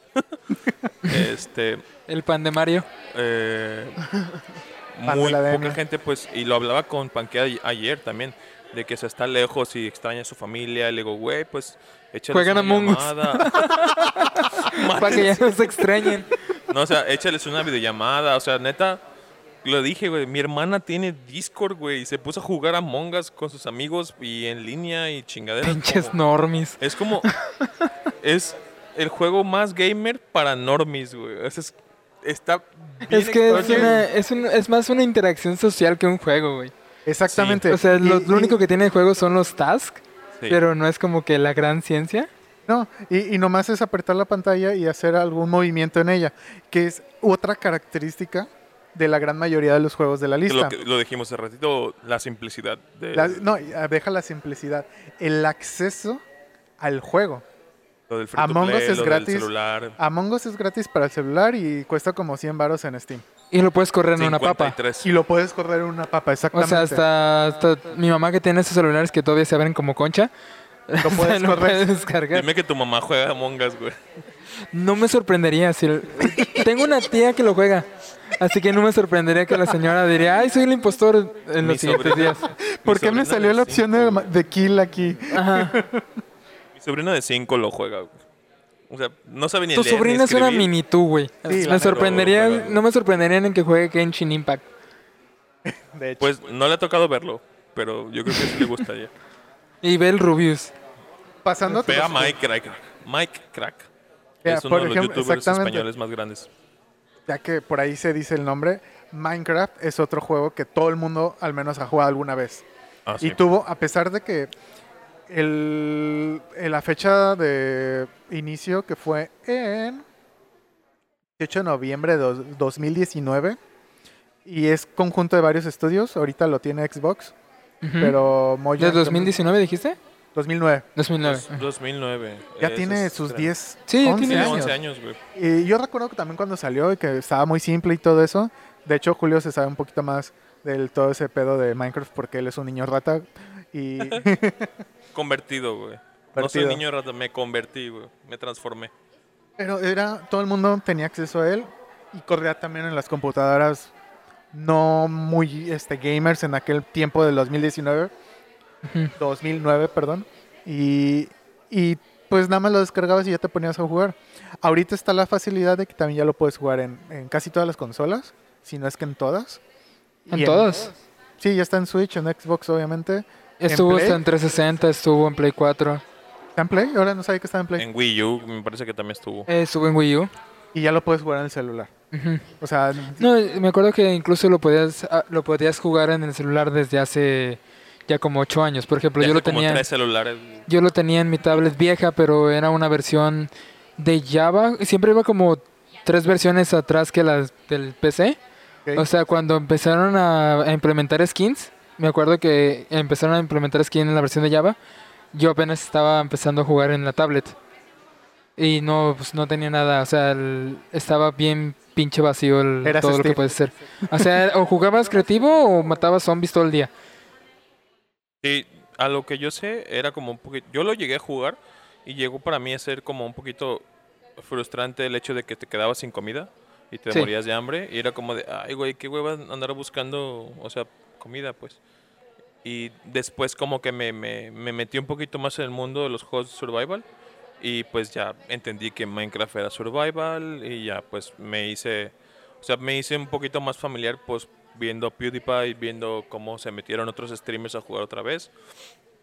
este, El pan de Mario. eh, Pan muy de la D M. poca gente, pues, y lo hablaba con Panquea a- ayer también, de que se está lejos y extraña a su familia. Le digo, güey, pues, échales Juegan una Among Us. llamada. Para que ya no se extrañen. No, o sea, échales una videollamada, o sea, neta, lo dije, güey, mi hermana tiene Discord, güey, y se puso a jugar a Among Us con sus amigos y en línea y chingaderas. Pinches como- normis. Es como, es el juego más gamer para normies, güey. O sea, es- está bien Es que es, extraño. una, es, un- es más una interacción social que un juego, güey. Exactamente. O sea, lo, Y- lo y- único que tiene el juego son los tasks, Sí. pero no es como que la gran ciencia. No, y, y nomás es apretar la pantalla y hacer algún movimiento en ella, que es otra característica de la gran mayoría de los juegos de la Que lista. lo, que- lo dijimos hace ratito, la simplicidad. De, La- no, y, ah, deja la simplicidad. El acceso al juego. lo del free to Among Us play, es lo del gratis. celular. Among Us es gratis para el celular y cuesta como cien varos en Steam. Y lo puedes correr en una cincuenta y papa. tres. Y lo puedes correr en una papa, O exactamente. sea, hasta, hasta mi mamá que tiene esos celulares que todavía se abren como concha. Lo puedes lo correr. puedes descargar. Dime que tu mamá juega Among Us, güey. No me sorprendería si... el- Tengo una tía que lo juega. Así que no me sorprendería que la señora diría, ay, soy el impostor en Mi los siguientes sobrina- días. ¿Por mi qué me sobrina salió de la opción de, cinco, ma- de kill aquí? Ajá. Mi sobrina de cinco lo juega, güey. O sea, no sabe ni Tu leer ni sobrina es una escribir. mini tú, güey. la me neta. sorprendería, Juega, güey. no me sorprendería en que juegue Genshin Impact. De hecho. Pues no le ha tocado verlo, pero yo creo que sí le gustaría. Y ve el Rubius. Pasando a Ve a otros- Mike Crack. Mike Crack. Ya, Es uno por de los ejemplo, youtubers exactamente. españoles más grandes. Ya que por ahí se dice el nombre, Minecraft es otro juego que todo el mundo al menos ha jugado alguna vez. Ah, Y sí. tuvo, a pesar de que el, en la fecha de inicio, que fue en dieciocho de noviembre de dos- 2019, y es conjunto de varios estudios, ahorita lo tiene Xbox, Ujú. pero Mojang ¿De también- dos mil diecinueve dijiste? dos mil nueve. dos mil nueve. Dos- dos mil nueve. Ya Eso tiene es sus tremendo. diez, Sí, ya once tiene años. once años, güey. Y yo recuerdo que también cuando salió y que estaba muy simple y todo eso. De hecho, Julio se sabe un poquito más del todo ese pedo de Minecraft porque él es un niño rata. Y Convertido, güey. No soy Convertido. niño rata, me convertí, güey. Me transformé. pero era, todo el mundo tenía acceso a él y corría también en las computadoras no muy este, gamers en aquel tiempo del dos mil diecinueve, Ujú. dos mil nueve, perdón. Y, y pues nada más lo descargabas y ya te ponías a jugar. Ahorita está la facilidad de que también ya lo puedes jugar en, en casi todas las consolas, si no es que en todas. ¿En Y todas? Sí, ya está en Switch, en Xbox obviamente. Estuvo Play? hasta en trescientos sesenta, estuvo en Play cuatro, ¿Está en Play? Ahora no sabía que estaba en Play. En Wii U, me parece que también estuvo. eh, estuvo en Wii U. Y ya lo puedes jugar en el celular. Ujú. O sea, No, me acuerdo que incluso lo podías, ah, lo podías jugar en el celular desde hace ya como ocho años. Por ejemplo, Ya yo hace lo como tenía, tres celulares. yo lo tenía en mi tablet vieja, pero era una versión de Java. Siempre iba como tres versiones atrás que las del P C. ok. O sea, cuando empezaron a, a implementar skins, me acuerdo que empezaron a implementar skins en la versión de Java. Yo apenas estaba empezando a jugar en la tablet. Y no, pues no tenía nada, o sea, el- estaba bien pinche vacío el- Eras todo lo Steve. que puedes hacer. O sea, o jugabas creativo o matabas zombies todo el día. Sí, a lo que yo sé, era como un poquito. Yo lo llegué a jugar y llegó para mí a ser como un poquito frustrante el hecho de que te quedabas sin comida y te Sí. morías de hambre. Y era como de, ay, güey, qué hueva andar buscando, o sea, comida, pues. Y después, como que me, me, me metí un poquito más en el mundo de los juegos de survival. Y pues ya entendí que Minecraft era survival y ya pues me hice, o sea, me hice un poquito más familiar pues viendo PewDiePie, viendo cómo se metieron otros streamers a jugar otra vez.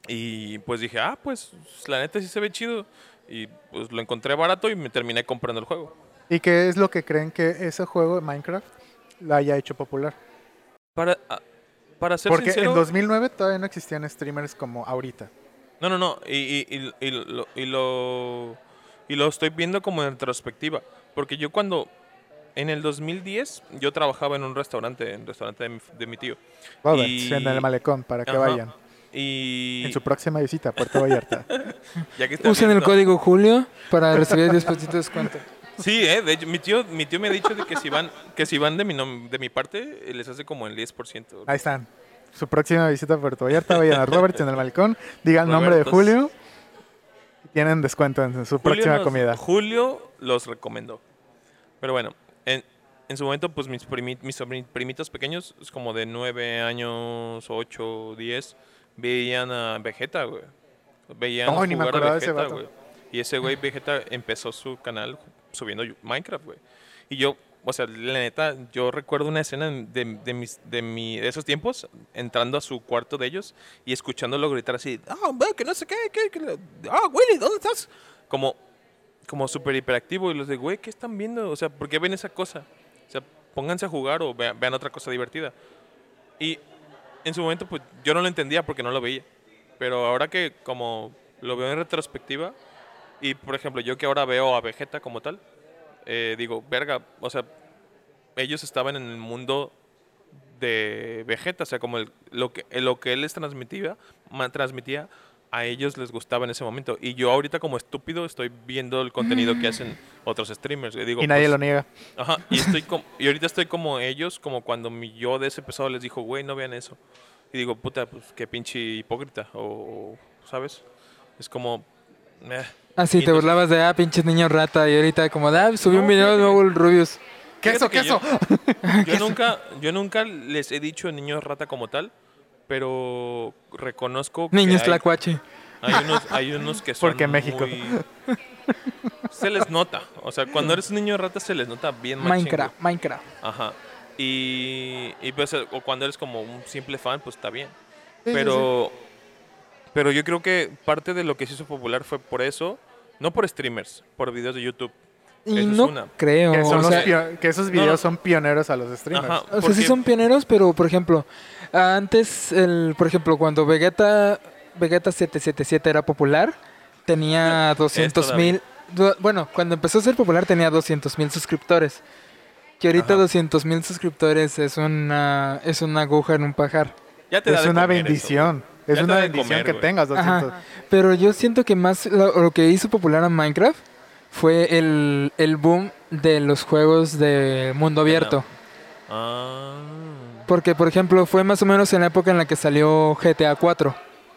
Y pues dije, ah, pues la neta sí se ve chido. Y pues lo encontré barato y me terminé comprando el juego. ¿Y qué es lo que creen que ese juego, Minecraft, lo haya hecho popular? Para, ah, para ser Porque sincero... en dos mil nueve todavía no existían streamers como ahorita. No, no, no. Y, y, y, y lo, y, lo, y lo estoy viendo como en retrospectiva. Porque yo cuando... En el dos mil diez yo trabajaba en un restaurante, en el restaurante de mi, de mi tío. Roberts, Y- en el malecón, para que Ajá. vayan. Y... En su próxima visita a Puerto Vallarta. ya que está Usen el viendo- código Julio para recibir diez pesitos de descuento. Sí, eh, de hecho, mi tío, mi tío me ha dicho de que si van, que si van de mi nom- de mi parte, eh, les hace como el diez por ciento. Ahí están. Su próxima visita a Puerto Vallarta, vayan a Roberts en el malecón, digan el nombre de Robertos. Julio y tienen descuento en su Julio próxima nos- comida. Julio los recomendó. Pero bueno, en, en su momento, pues mis, primi- mis sobrin- primitos pequeños, es como de nueve años, ocho, diez, veían a Vegeta, güey. Veían No, ni me jugar a acordaba de ese Vegeta, vato. güey. Y ese güey Vegeta empezó su canal subiendo Minecraft, güey. Y yo, o sea, la neta, yo recuerdo una escena de, de, mis, de, mi, de esos tiempos, entrando a su cuarto de ellos y escuchándolo gritar así, ah, oh, que no sé qué, que, que, ah, Willy, ¿dónde estás? Como, como súper hiperactivo y los de, güey, ¿qué están viendo? O sea, ¿por qué ven esa cosa? O sea, pónganse a jugar o vean, vean otra cosa divertida. Y en su momento, pues, yo no lo entendía porque no lo veía. Pero ahora que como lo veo en retrospectiva, y por ejemplo, yo que ahora veo a Vegeta como tal, eh, digo, verga, o sea, ellos estaban en el mundo de Vegeta, o sea, como el- lo, que, lo que él les transmitía, ma- transmitía, a ellos les gustaba en ese momento. Y yo ahorita como estúpido estoy viendo el contenido que hacen otros streamers. Y, digo, Y nadie pues, lo niega. Ajá, y, estoy com- y ahorita estoy como ellos, como cuando mi yo de ese pesado les dijo, güey, no vean eso. Y digo, puta, pues qué pinche hipócrita, o, ¿sabes? Es como... eh. Así Y te entonces- burlabas de, ah, pinche niño rata. Y ahorita como, de, ah, subí No, un video fíjate. nuevo el Rubius. ¡Queso, Fíjate que queso! Yo, yo nunca, yo nunca les he dicho niños rata como tal, pero reconozco Niños que hay, tlacuache. hay unos, hay unos que son Porque México. muy- Se les nota, o sea, cuando eres un niño rata se les nota bien machín, Minecraft, Minecraft. güey. Ajá. Y, y pues, o cuando eres como un simple fan, pues está bien. Sí, sí, Pero, pero yo creo que parte de lo que se hizo popular fue por eso, no por streamers, por videos de YouTube. Y Eso es no una. creo. Que, son o los sea, pio- que esos no, videos no. son pioneros a los streamers. Ajá, O sea, sí porque- son pioneros, pero por ejemplo, antes, el, por ejemplo, cuando Vegeta, Vegeta siete siete siete era popular, tenía doscientos mil. Bueno, cuando empezó a ser popular tenía doscientos mil suscriptores. Que ahorita Ajá. doscientos mil suscriptores es una, es una aguja en un pajar. Ya te da Es de una comer eso, bendición. Ya Es te una da de bendición comer, que güey. tengas doscientos. Ajá. Pero yo siento que más lo, lo que hizo popular a Minecraft fue el, el boom de los juegos de mundo abierto. Ah. Porque, por ejemplo, fue más o menos en la época en la que salió G T A cuatro.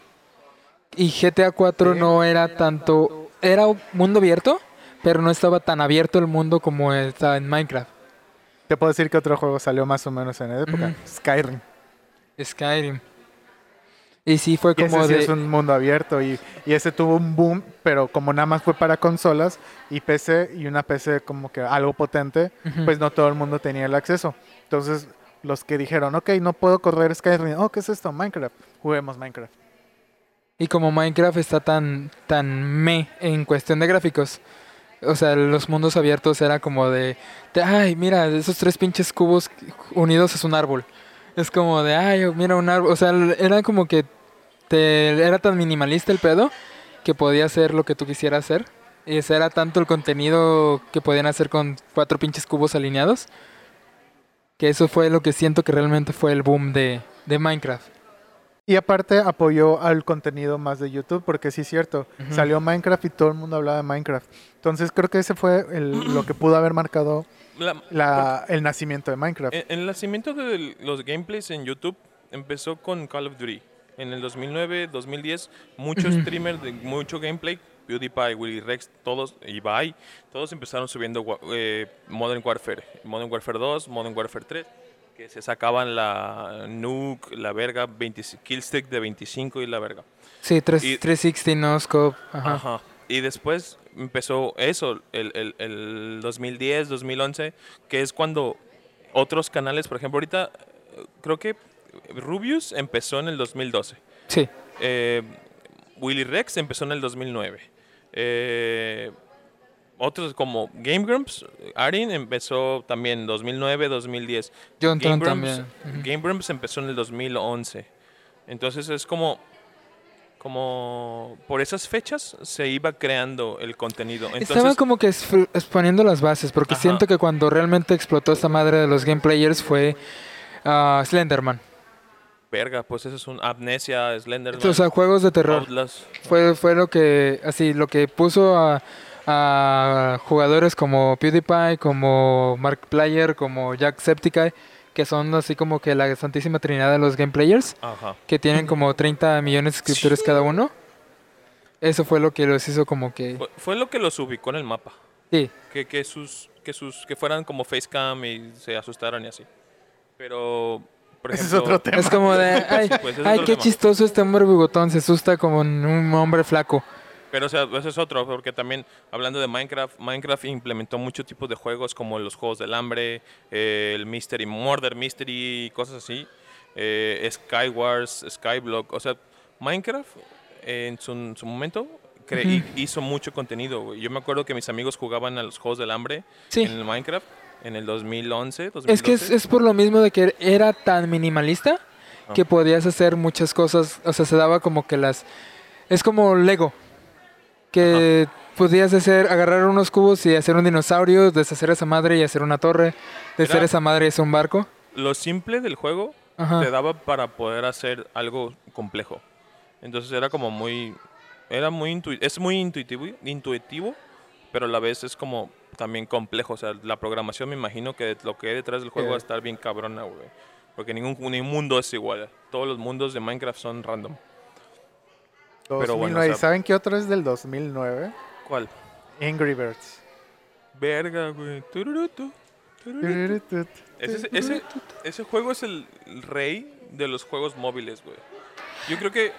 Y G T A cuatro Sí. no era tanto... Era un mundo abierto, pero no estaba tan abierto el mundo como está en Minecraft. Te puedo decir que otro juego salió más o menos en la época. Ujú. Skyrim. Skyrim. Y sí fue Y ese como sí de... es un mundo abierto y, y ese tuvo un boom, pero como nada más fue para consolas y P C y una P C como que algo potente, Ujú. pues no todo el mundo tenía el acceso. Entonces los que dijeron, ok, no puedo correr Skyrim, oh, ¿qué es esto? Minecraft. Juguemos Minecraft. Y como Minecraft está tan, tan me en cuestión de gráficos, o sea, los mundos abiertos era como de, de, ay, mira, esos tres pinches cubos unidos es un árbol. Es como de, ay, mira un árbol. O sea, era como que te, era tan minimalista el pedo que podía hacer lo que tú quisieras hacer. Y ese era tanto el contenido que podían hacer con cuatro pinches cubos alineados, que eso fue lo que siento que realmente fue el boom de, de Minecraft. Y aparte apoyó al contenido más de YouTube, porque sí es cierto, Ujú. salió Minecraft y todo el mundo hablaba de Minecraft. Entonces creo que ese fue el- lo que pudo haber marcado La- la, el nacimiento de Minecraft. En- El nacimiento de los gameplays en YouTube empezó con Call of Duty. En el dos mil nueve, dos mil diez, muchos Ujú. streamers de mucho gameplay, PewDiePie, Willy Rex, todos, Ibai, todos empezaron subiendo wa- eh, Modern Warfare. Modern Warfare dos, Modern Warfare tres, que se sacaban la nuke, la verga, veinte killstick de veinticinco y la verga. Sí, tres- Y- trescientos sesenta, no scope. Ajá. Ajá. Y después empezó eso, el, el, el dos mil diez, dos mil once, que es cuando otros canales, por ejemplo, ahorita eh, creo que Rubius empezó en el dos mil doce. Sí. Eh, Willy Rex empezó en el dos mil nueve. Eh, otros como Game Grumps, Arin empezó también en dos mil nueve, dos mil diez. John Game Tron Grumps, también. Ujú. Game Grumps empezó en el dos mil once. Entonces es como, como por esas fechas se iba creando el contenido. Entonces, Estaban como que esf- exponiendo las bases, porque Ajá. siento que cuando realmente explotó esta madre de los game players fue ah, Slenderman. verga, pues eso es un Amnesia, Slenderman, O sea, juegos de terror. Outlast. Fue, fue lo que, así, lo que puso a, a jugadores como PewDiePie, como Markiplier, como Jacksepticeye, que son así como que la santísima trinidad de los game players, Ajá. que tienen como treinta millones de suscriptores cada uno. Eso fue lo que los hizo como que... Fue, fue lo que los ubicó en el mapa. Sí, Que, que sus que sus que fueran como facecam y se asustaran y así. Pero por Ese es ejemplo, otro tema. es como de, ay, Pues ese es ay otro qué tema. chistoso este hombre bigotón, se asusta como en un hombre flaco. pero o sea, ese es otro, porque también hablando de Minecraft, Minecraft implementó muchos tipos de juegos como los juegos del hambre, eh, el Mystery, Murder Mystery y cosas así, eh, Skywars, Skyblock, o sea, Minecraft eh, en su, en su momento cre- Ujú. hizo mucho contenido, güey. Yo me acuerdo que mis amigos jugaban a los juegos del hambre Sí. en el Minecraft en el dos mil once, dos mil doce. Es que es, es por lo mismo de que era tan minimalista Ah. que podías hacer muchas cosas, o sea, se daba como que las... Es como Lego, que podías hacer, agarrar unos cubos y hacer un dinosaurio, deshacer esa madre y hacer una torre, deshacer Era- esa madre y hacer un barco. Lo simple del juego Ajá. te daba para poder hacer algo complejo. Entonces era como muy, era muy intui- es muy intuitivo, intuitivo, pero a la vez es como también complejo. O sea, la programación me imagino que lo que hay detrás del juego Sí. va a estar bien cabrona, güey. Porque ningún, ningún mundo es igual. Todos los mundos de Minecraft son random. pero bueno, dos mil nueve. o sea- ¿Saben qué otro es del dos mil nueve? ¿Cuál? Angry Birds. Verga, güey. Tururutu, tururutu. Ese, ese, ese juego es el rey de los juegos móviles, güey. Yo creo que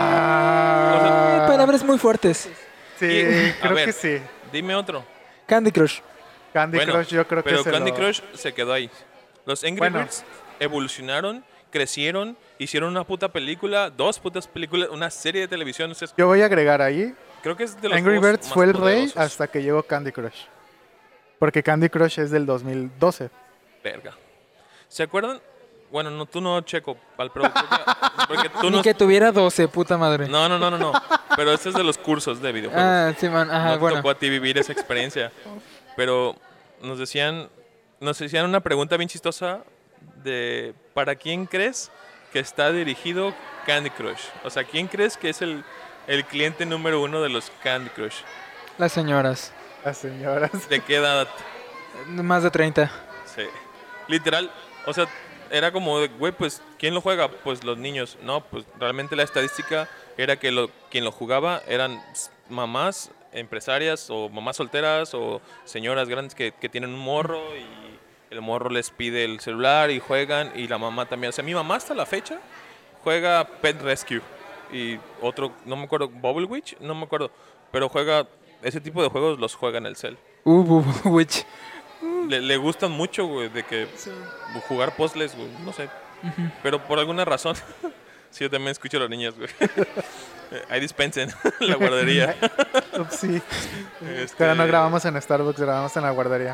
Ah, Eh, palabras muy fuertes. sí, Y- a creo ver. que sí. dime otro. Candy Crush. Candy Bueno, Crush yo creo que Pero se Candy lo- Crush se quedó ahí. Los Angry Bueno. Birds evolucionaron, crecieron, hicieron una puta película, dos putas películas, una serie de televisión. O sea, es- Yo voy a agregar ahí, creo que es de los Angry juegos Birds más fue el rey poderosos. hasta que llegó Candy Crush. Porque Candy Crush es del dos mil doce. Verga. ¿Se acuerdan? Bueno, no, tú no, Checo, al pro, creo que- porque tú Ni no... que tuviera doce, puta madre. No, no, no, no, no. Pero este es de los cursos de videojuegos. Ah, sí, man. Ajá, no te bueno. tocó a ti vivir esa experiencia. Pero nos decían, nos decían una pregunta bien chistosa de ¿para quién crees que está dirigido Candy Crush? O sea, ¿quién crees que es el, el cliente número uno de los Candy Crush? Las señoras. Las señoras. ¿De qué edad? Más de treinta. Sí. Literal, o sea, era como de, güey, pues, ¿quién lo juega? Pues los niños. No, pues realmente la estadística era que lo, quien lo jugaba eran s- mamás empresarias o mamás solteras o señoras grandes que, que tienen un morro y el morro les pide el celular y juegan y la mamá también. O sea, mi mamá hasta la fecha juega Pet Rescue y otro, no me acuerdo, Bubble Witch, no me acuerdo, pero juega, ese tipo de juegos los juega en el cel. Uh, bu- bu- witch. Le, le gustan mucho, güey, de que jugar puzzles, güey, no sé. Pero por alguna razón, sí, yo también escucho a los niños, güey. Eh, Ahí dispensen la guardería. Ups, sí. Este, Pero no grabamos en Starbucks, grabamos en la guardería.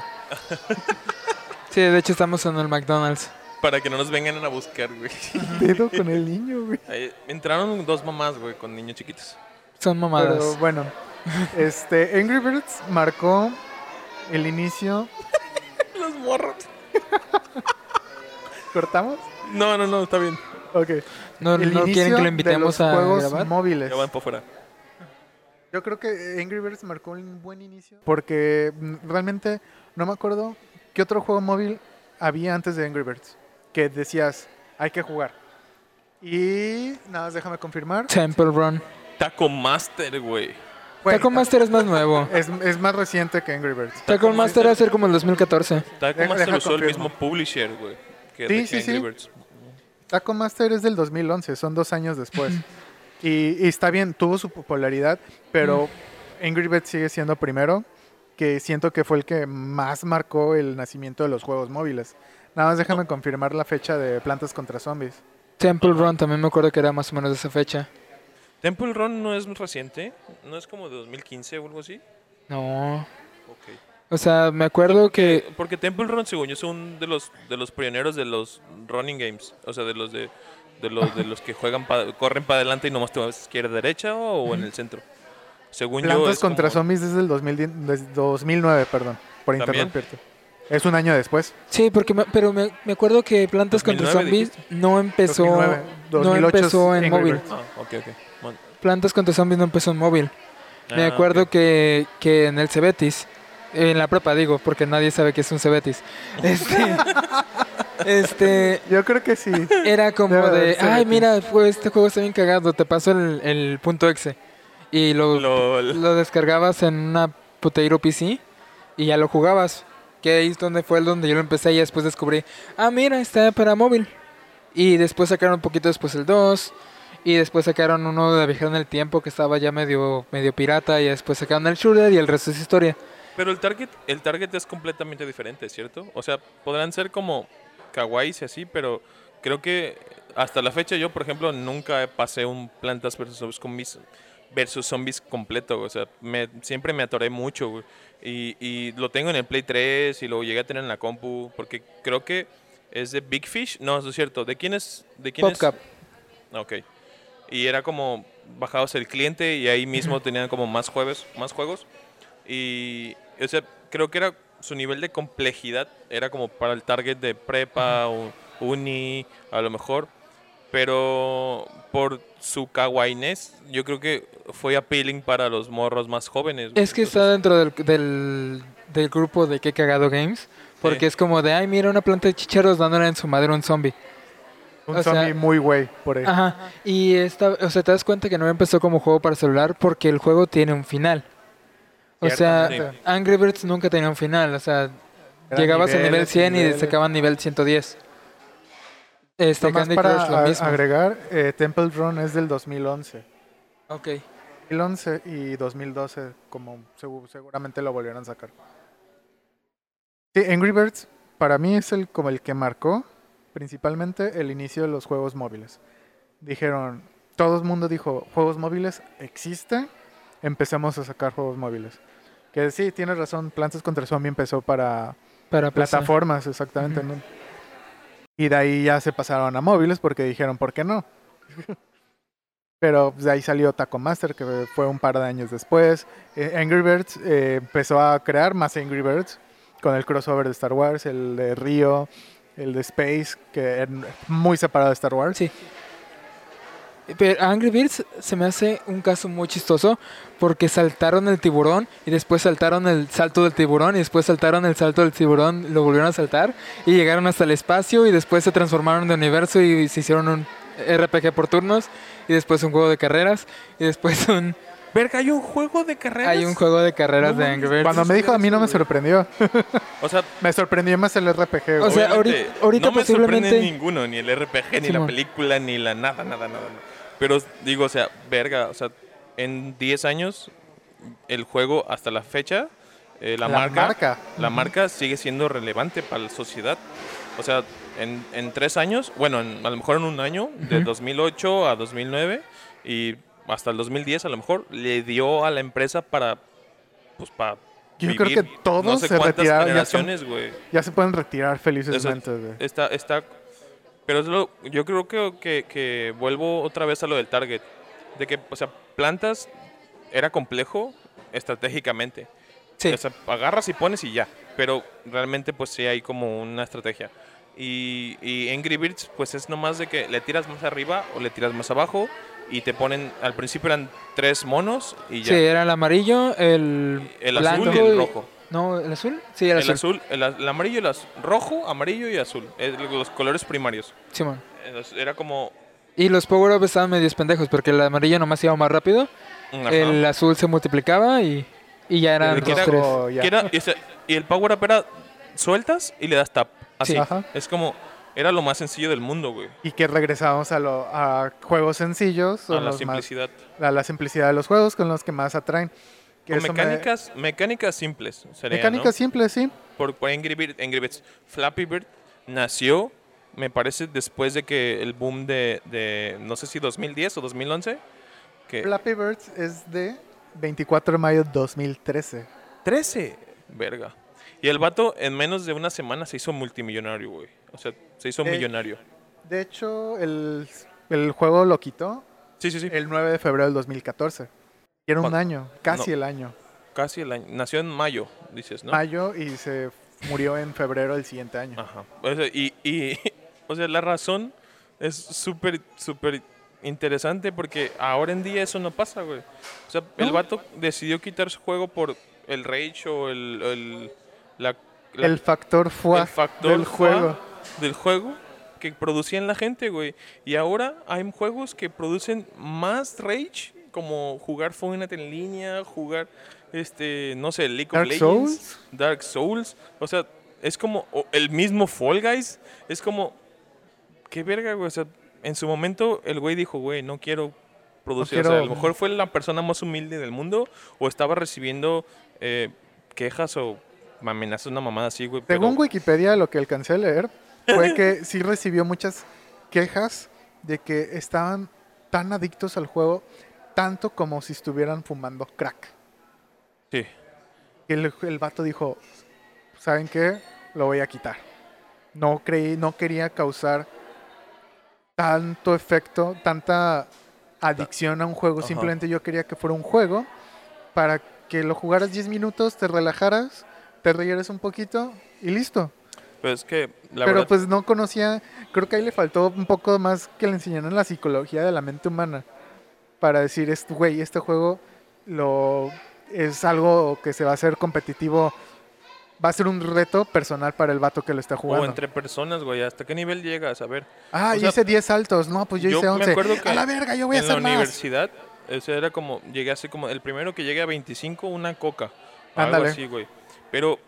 Sí, de hecho estamos en el McDonald's. Para que no nos vengan a buscar, güey. Pedo con el niño, güey. Ahí entraron dos mamás, güey, con niños chiquitos. Son mamadas. Pero bueno, este Angry Birds marcó el inicio. Los morros. ¿Cortamos? No, no, no, está bien. Ok. no el no quieren inicio que lo de invitemos los a juegos grabar. móviles. Ya van para afuera. Yo creo que Angry Birds marcó un buen inicio. Porque mm, realmente no me acuerdo qué otro juego móvil había antes de Angry Birds. Que decías, hay que jugar. Y nada más déjame confirmar. Temple Run. Taco Master, güey. Bueno, Taco Master es más nuevo. es, es más reciente que Angry Birds. Taco Master va a ser como el dos mil catorce. Taco Deja- Master deja usó el confirmo. mismo publisher, güey. Que Sí, de sí, Angry sí. Birds. Taco Master es del dos mil once, son dos años después. y, y está bien, tuvo su popularidad, pero Angry Birds sigue siendo primero, que siento que fue el que más marcó el nacimiento de los juegos móviles. Nada más déjame confirmar la fecha de Plantas contra Zombies. Temple Run también me acuerdo que era más o menos de esa fecha. Temple Run no es reciente, no es como de dos mil quince o algo así. No. Ok. O sea, me acuerdo que... Porque, porque Temple Run, según yo, es uno de los, de los pioneros de los running games. O sea, de los de, de los de los que juegan pa- corren para adelante y nomás te vas izquierda, derecha o en el centro. Según yo Plantas es contra como- Zombies desde el dos mil diez desde dos mil nueve, perdón, por ¿También? interrumpirte. Es un año después. Sí, porque me- pero me, me acuerdo que Plantas contra dos mil nueve Zombies no empezó, dos mil nueve, no dos mil ocho empezó es en Angry móvil. Birds. Ah, ok, ok. Bueno. Plantas contra Zombies no empezó en móvil. Me Ah, acuerdo ok. que, que en el Cebetis, en la prepa digo, porque nadie sabe que es un Cebetis. Este, este Yo creo que sí. era como Debe haber de, ay, Cebetis. mira, pues, este juego está bien cagado, te paso el, el punto exe. Y lo, Lol. lo descargabas en una Puteiro P C y ya lo jugabas. Que ahí es donde fue el donde yo lo empecé y después descubrí, ah, mira, está para móvil. Y después sacaron un poquito después el dos. Y después sacaron uno de Viajar en el Tiempo que estaba ya medio, medio pirata. Y después sacaron el shooter y el resto es historia. Pero el target, el target es completamente diferente, ¿cierto? O sea, podrán ser como kawaiis y así, pero creo que hasta la fecha yo, por ejemplo, nunca pasé un Plantas versus Zombies versus Zombies completo. O sea, me, siempre me atoré mucho, güey. Y, y lo tengo en el Play tres y lo llegué a tener en la compu, porque creo que es de Big Fish. No, eso es cierto. ¿De quién es? ¿De quién es? PopCap. Ok. Y era como bajabas el cliente y ahí mismo tenían como más juegos, más juegos. Y, o sea, creo que era su nivel de complejidad era como para el target de prepa o uni, a lo mejor. Pero por su kawainess, yo creo que fue appealing para los morros más jóvenes. güey. Es que está Entonces, dentro del, del, del grupo de Qué Cagado Games. Porque Sí. es como de, ay, mira una planta de chicharos dándole en su madre a un zombie. Un O sea- zombie muy güey por ahí. Ajá. Y esta, o sea, te das cuenta que no empezó como juego para celular porque el juego tiene un final. O sea, Ciertamente. Angry Birds nunca tenía un final. O sea, Eran llegabas al nivel niveles y cien y niveles. sacaban nivel ciento diez. Este, Nomás Candy para Crush lo a- mismo. agregar, eh, Temple Run es del dos mil once. Ok. dos mil once y dos mil doce, como segu- seguramente lo volvieron a sacar. Sí, Angry Birds para mí es el como el que marcó principalmente el inicio de los juegos móviles. Dijeron, todo el mundo dijo, juegos móviles existen, empecemos a sacar juegos móviles. Que sí, tienes razón, Plantas contra Zombie empezó para Para P C. plataformas, exactamente. Ujú. ¿no? Y de ahí ya se pasaron a móviles porque dijeron, ¿por qué no? Pero pues, de ahí salió Taco Master, que fue un par de años después. Eh, Angry Birds eh, empezó a crear más Angry Birds con el crossover de Star Wars, el de Rio, el de Space, que es muy separado de Star Wars. Sí. Pero Angry Birds se me hace un caso muy chistoso porque saltaron el tiburón y después saltaron el salto del tiburón y después saltaron el salto del tiburón, lo volvieron a saltar y llegaron hasta el espacio y después se transformaron de universo y se hicieron un R P G por turnos y después un juego de carreras y después un verga, hay un juego de carreras. hay un juego de carreras No de mames, Angry Birds. Cuando me dijo a mí no me Güey. sorprendió. O sea, Me sorprendió más el R P G. O güey. sea, obviamente, ahorita- ahorita no me sorprende posiblemente- ninguno, ni el R P G, ni la Simón. película, ni la nada, nada, nada. Pero digo, o sea, verga, o sea, en diez años, el juego hasta la fecha, eh, la, La marca, marca. la marca sigue siendo relevante para la sociedad. O sea, en, en tres años, bueno, en- a lo mejor en un año, de Ujú. dos mil ocho a dos mil nueve y hasta el dos mil diez a lo mejor, le dio a la empresa para, pues para Yo creo que todos no sé se cuántas retiraron, ya son- generaciones, güey. Ya se pueden retirar felizmente. Eso- güey. Está, está, pero es lo, yo creo que, que, que vuelvo otra vez a lo del target, de que, o sea, Plantas era complejo estratégicamente. Sí. O sea, agarras y pones y ya, pero realmente pues sí hay como una estrategia. Y, y Angry Birds pues es nomás de que le tiras más arriba o le tiras más abajo y te ponen, al principio eran tres monos y ya. Sí, era el amarillo, el, El blanco azul y el rojo. No, el azul. Sí, el, El azul. azul, el, az- el amarillo, el az- rojo, amarillo y azul. Es los colores primarios. Simón. Entonces, era como... Y los power-ups estaban medios pendejos porque el amarillo nomás iba más rápido, ajá. el azul se multiplicaba y, y ya eran El que dos, era- tres. rojo, ya. que era- y, se- y el power up era sueltas y le das tap. Así. Sí. Ajá. Es como... Era lo más sencillo del mundo, güey. Y que regresamos a, lo, a juegos sencillos, A son la los más, simplicidad. a la simplicidad de los juegos con los que más atraen. Que Con eso me- mecánicas, mecánicas simples. Sería, mecánicas ¿no? simples, sí. Por, por Angry, Bird, Angry Birds. Flappy Bird nació, me parece, después de que el boom de, de no sé si dos mil diez o dos mil once, ¿Qué? Flappy Birds es de veinticuatro de mayo de dos mil trece. trece. Verga. Y el vato en menos de una semana se hizo multimillonario, güey. O sea, se hizo De- millonario. De hecho, el, el juego lo quitó Sí, sí, sí. el nueve de febrero del dos mil catorce. Y era un ¿Cuándo? año, casi No. el año. Casi el año. Nació en mayo, dices, ¿no? Mayo y se murió en febrero del siguiente año. Ajá. O sea, y, y, o sea, la razón es súper, súper interesante porque ahora en día eso no pasa, güey. O sea, el No. vato decidió quitar su juego por el rage o el... el la, la- El factor fue el factor del fue juego. del juego que producían la gente, güey. Y ahora hay juegos que producen más rage, como jugar Fortnite en línea, jugar, este, no sé, League Dark of Legends, Souls. Dark Souls. O sea, es como o el mismo Fall Guys. Es como, qué verga, güey. O sea, en su momento el güey dijo, güey, no quiero producir. O sea, a quiero- lo mejor fue la persona más humilde del mundo o estaba recibiendo eh, quejas o amenazas, una mamada así, güey. pero- Según Wikipedia, lo que alcancé a leer fue que sí recibió muchas quejas de que estaban tan adictos al juego, tanto como si estuvieran fumando crack. Sí. Y el, el vato dijo, ¿saben qué? Lo voy a quitar. No creí, no quería causar tanto efecto, tanta adicción a un juego. Ajá. Simplemente yo quería que fuera un juego para que lo jugaras diez minutos, te relajaras, te rieras un poquito y listo. Pero es que, la Pero verdad, pues no conocía, creo que ahí le faltó un poco más que le enseñaran la psicología de la mente humana para decir, este güey, este juego lo es algo que se va a hacer competitivo, va a ser un reto personal para el vato que lo está o jugando. entre personas, güey, ¿hasta qué nivel llegas? A ver, Ah, o yo sea, hice diez saltos, no, pues yo, yo hice me once. acuerdo que A la verga, yo voy a en la hacer más. universidad, o sea, era como, llegué así como, el primero que llegué a veinticinco, una coca, algo Ándale. así, güey. Pero,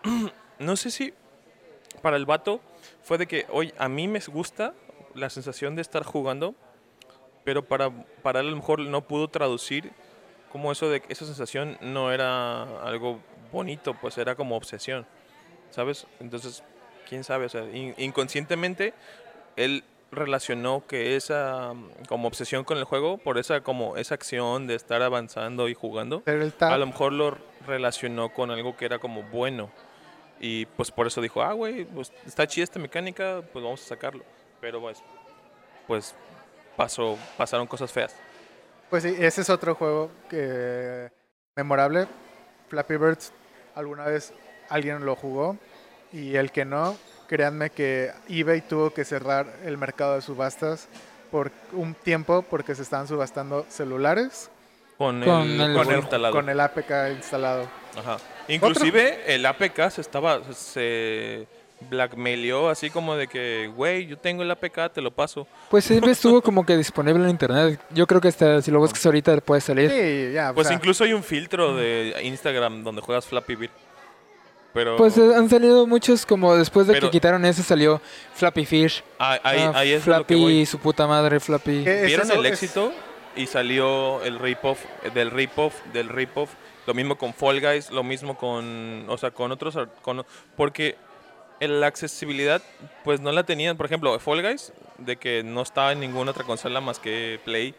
no sé si para el vato fue de que, oye, a mí me gusta la sensación de estar jugando, pero para, para él a lo mejor no pudo traducir como eso de que esa sensación no era algo bonito, pues era como obsesión, ¿sabes? Entonces, quién sabe, o sea, in- inconscientemente él relacionó que esa mm, como obsesión con el juego, por esa como esa acción de estar avanzando y jugando, Pero el a tap, lo mejor lo relacionó con algo que era como bueno. Y pues por eso dijo, ah, güey, pues está chida esta mecánica, pues vamos a sacarlo. Pero pues, pues pasó, pasaron cosas feas. pues sí, ese es otro juego que memorable. Flappy Birds, alguna vez alguien lo jugó y el que no, créanme que eBay tuvo que cerrar el mercado de subastas por un tiempo porque se estaban subastando celulares Con el, Con el- juego con el, instalado. con el A P K instalado. Ajá. Inclusive el A P K se estaba, se blackmailó así como de que, güey, yo tengo el A P K, te lo paso. Pues siempre estuvo como que disponible en internet. Yo creo que hasta si lo buscas ahorita puede salir. Sí, ya. o Pues sea, incluso hay un filtro de Instagram donde juegas Flappy Bird. Pero Pues eh, han salido muchos como después de Pero- que quitaron ese salió Flappy Fish. ahí, ahí, ah, ahí es a lo que Flappy, voy. su puta madre, Flappy. ¿Qué es Vieron eso? el Es- éxito y salió el rip-off del rip-off del rip-off. Lo mismo con Fall Guys, lo mismo con, o sea, con otros, ar- con, porque el- la accesibilidad, pues no la tenían. Por ejemplo, Fall Guys, de que no estaba en ninguna otra consola más que Play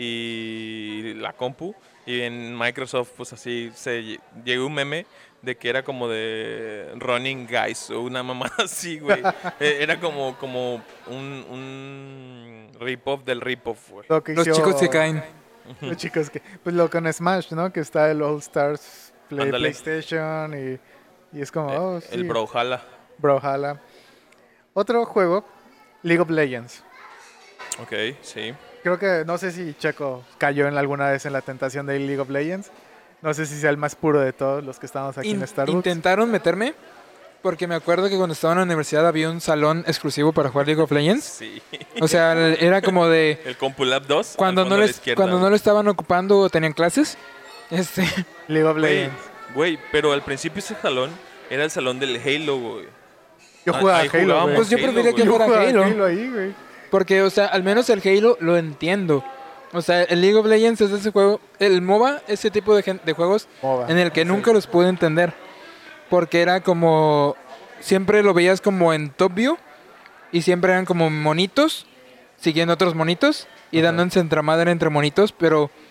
y la compu. Y en Microsoft, pues así, se lle- llegó un meme de que era como de Running Guys o una mamá así, güey. Eh, Era como, como un, un rip-off del rip-off, güey. lo que Los hizo- chicos que caen. Los chicos que. Pues lo con Smash, ¿no? Que está el All Stars Play- Ándale. PlayStation y, y es como, Eh, oh, sí. El Brawlhalla. Brawlhalla. Otro juego, League of Legends. Ok, sí. Creo que, no sé si Checo cayó en alguna vez en la tentación de League of Legends. No sé si sea el más puro de todos los que estamos aquí In- en Starbucks. intentaron meterme porque me acuerdo que cuando estaba en la universidad había un salón exclusivo para jugar League of Legends. Sí. O sea, el- era como de El CompuLab dos. cuando al no fondo a la les, izquierda, cuando no güey. lo estaban ocupando o tenían clases. Este, League of Güey, Legends. güey, pero al principio ese salón era el salón del Halo, güey. Yo Ah, jugaba ahí Halo, güey. jugábamos. pues yo Halo, prefería que güey. Yo fuera jugaba Halo. Halo ahí, güey. Porque, o sea, al menos el Halo lo entiendo. O sea, el League of Legends es ese juego, el MOBA, ese tipo de, gen- de juegos MOBA. en el que Sí. nunca los pude entender. Porque era como, siempre lo veías como en top view y siempre eran como monitos, siguiendo otros monitos y Ajá. dándose entre madre entre monitos, pero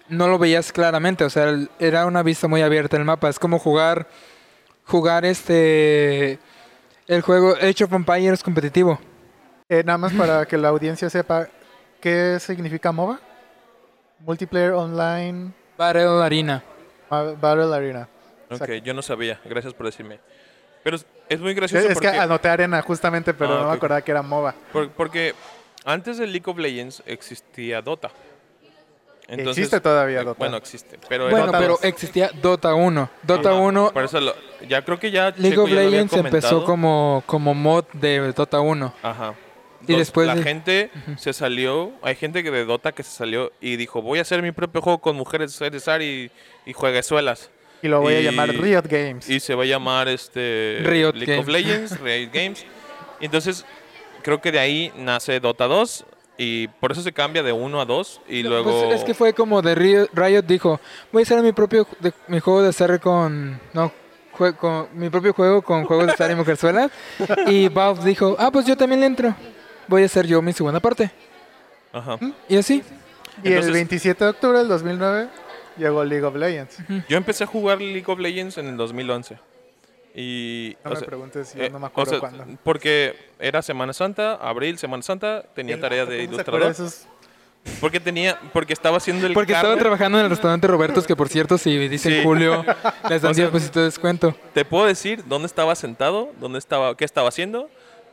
no lo veías claramente, o sea, el- era una vista muy abierta el mapa. Es como jugar, jugar este, el juego Age of Empires competitivo. Eh, nada más para que la audiencia sepa qué significa MOBA. Multiplayer Online Battle Arena. Ma- Battle Arena. Ok, Exacto. yo no sabía. Gracias por decirme. Pero es, es muy Es, gracioso es porque, que anoté arena justamente, pero Ah, no ok, me ok. acordaba que era MOBA. por- porque antes de League of Legends existía Dota. Existe todavía eh, Dota. Bueno, existe. Pero Bueno, Dota pero dos. existía Dota uno. Dota Ajá, uno, Por eso lo- ya creo que ya League Checo of ya lo había Legends empezó comentado. como, como mod de Dota uno. Ajá. Y Dos- después la de- gente se salió, hay gente que de Dota que se salió y dijo, voy a hacer mi propio juego con mujeres C S R y, y jueguezuelas. Y lo voy a y- llamar Riot Games. Y se va a llamar este Riot League of Games. Legends, Riot Games. Entonces, creo que de ahí nace Dota dos y por eso se cambia de uno a dos y No, luego... pues es que fue como de Riot, Riot dijo, voy a hacer mi propio de- mi juego de estar con no jue- con mi propio juego con juegos de estar y mujerzuelas. Y Valve dijo, ah, pues yo también le entro. Voy a hacer yo mi segunda parte. Ajá. Y así. Y el Entonces- veintisiete de octubre del dos mil nueve llegó League of Legends. Yo empecé a jugar League of Legends en el dos mil once. Y, No o me sea, preguntes, yo eh, no me o acuerdo sea, cuándo. porque era Semana Santa, abril, Semana Santa, tenía tarea de ¿Cómo se acuerda ilustrador. de esos? Porque tenía, porque estaba haciendo el Porque carro. estaba trabajando en el restaurante Robertos, que por cierto, si dicen Sí. Julio, les dan O sea, diez pesitos de descuento. Te puedo decir dónde estaba sentado, dónde estaba, qué estaba haciendo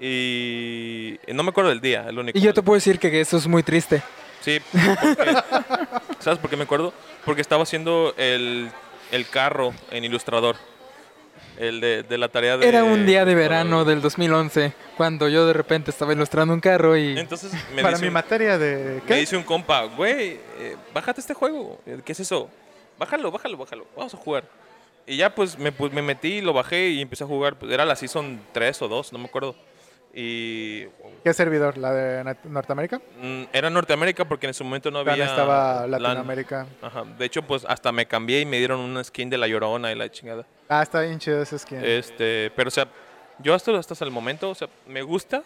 y no me acuerdo del día, el único. Y yo te puedo decir que eso es muy triste. Sí, porque- ¿sabes por qué me acuerdo? Porque estaba haciendo el, el carro en Ilustrador. El de, de la tarea de... Era un día de ilustrador. verano del dos mil once, cuando yo de repente estaba ilustrando un carro y... Entonces me Para dice, mi un- materia de... me ¿Qué? dice un compa, güey, eh, bájate este juego. ¿Qué es eso? Bájalo, bájalo, bájalo. Vamos a jugar. Y ya pues me, pues, me metí, lo bajé y empecé a jugar. Pues, era la Season tres o dos, no me acuerdo. Y ¿Qué servidor? ¿La de Nat- Norteamérica? mm, era Norteamérica porque en ese momento no Ya había... no estaba LAN. Latinoamérica. Ajá. De hecho, pues hasta me cambié y me dieron una skin de la Llorona y la chingada. Ah, está bien chido ese skin. Este, pero o sea, yo hasta, hasta el momento, o sea, me gusta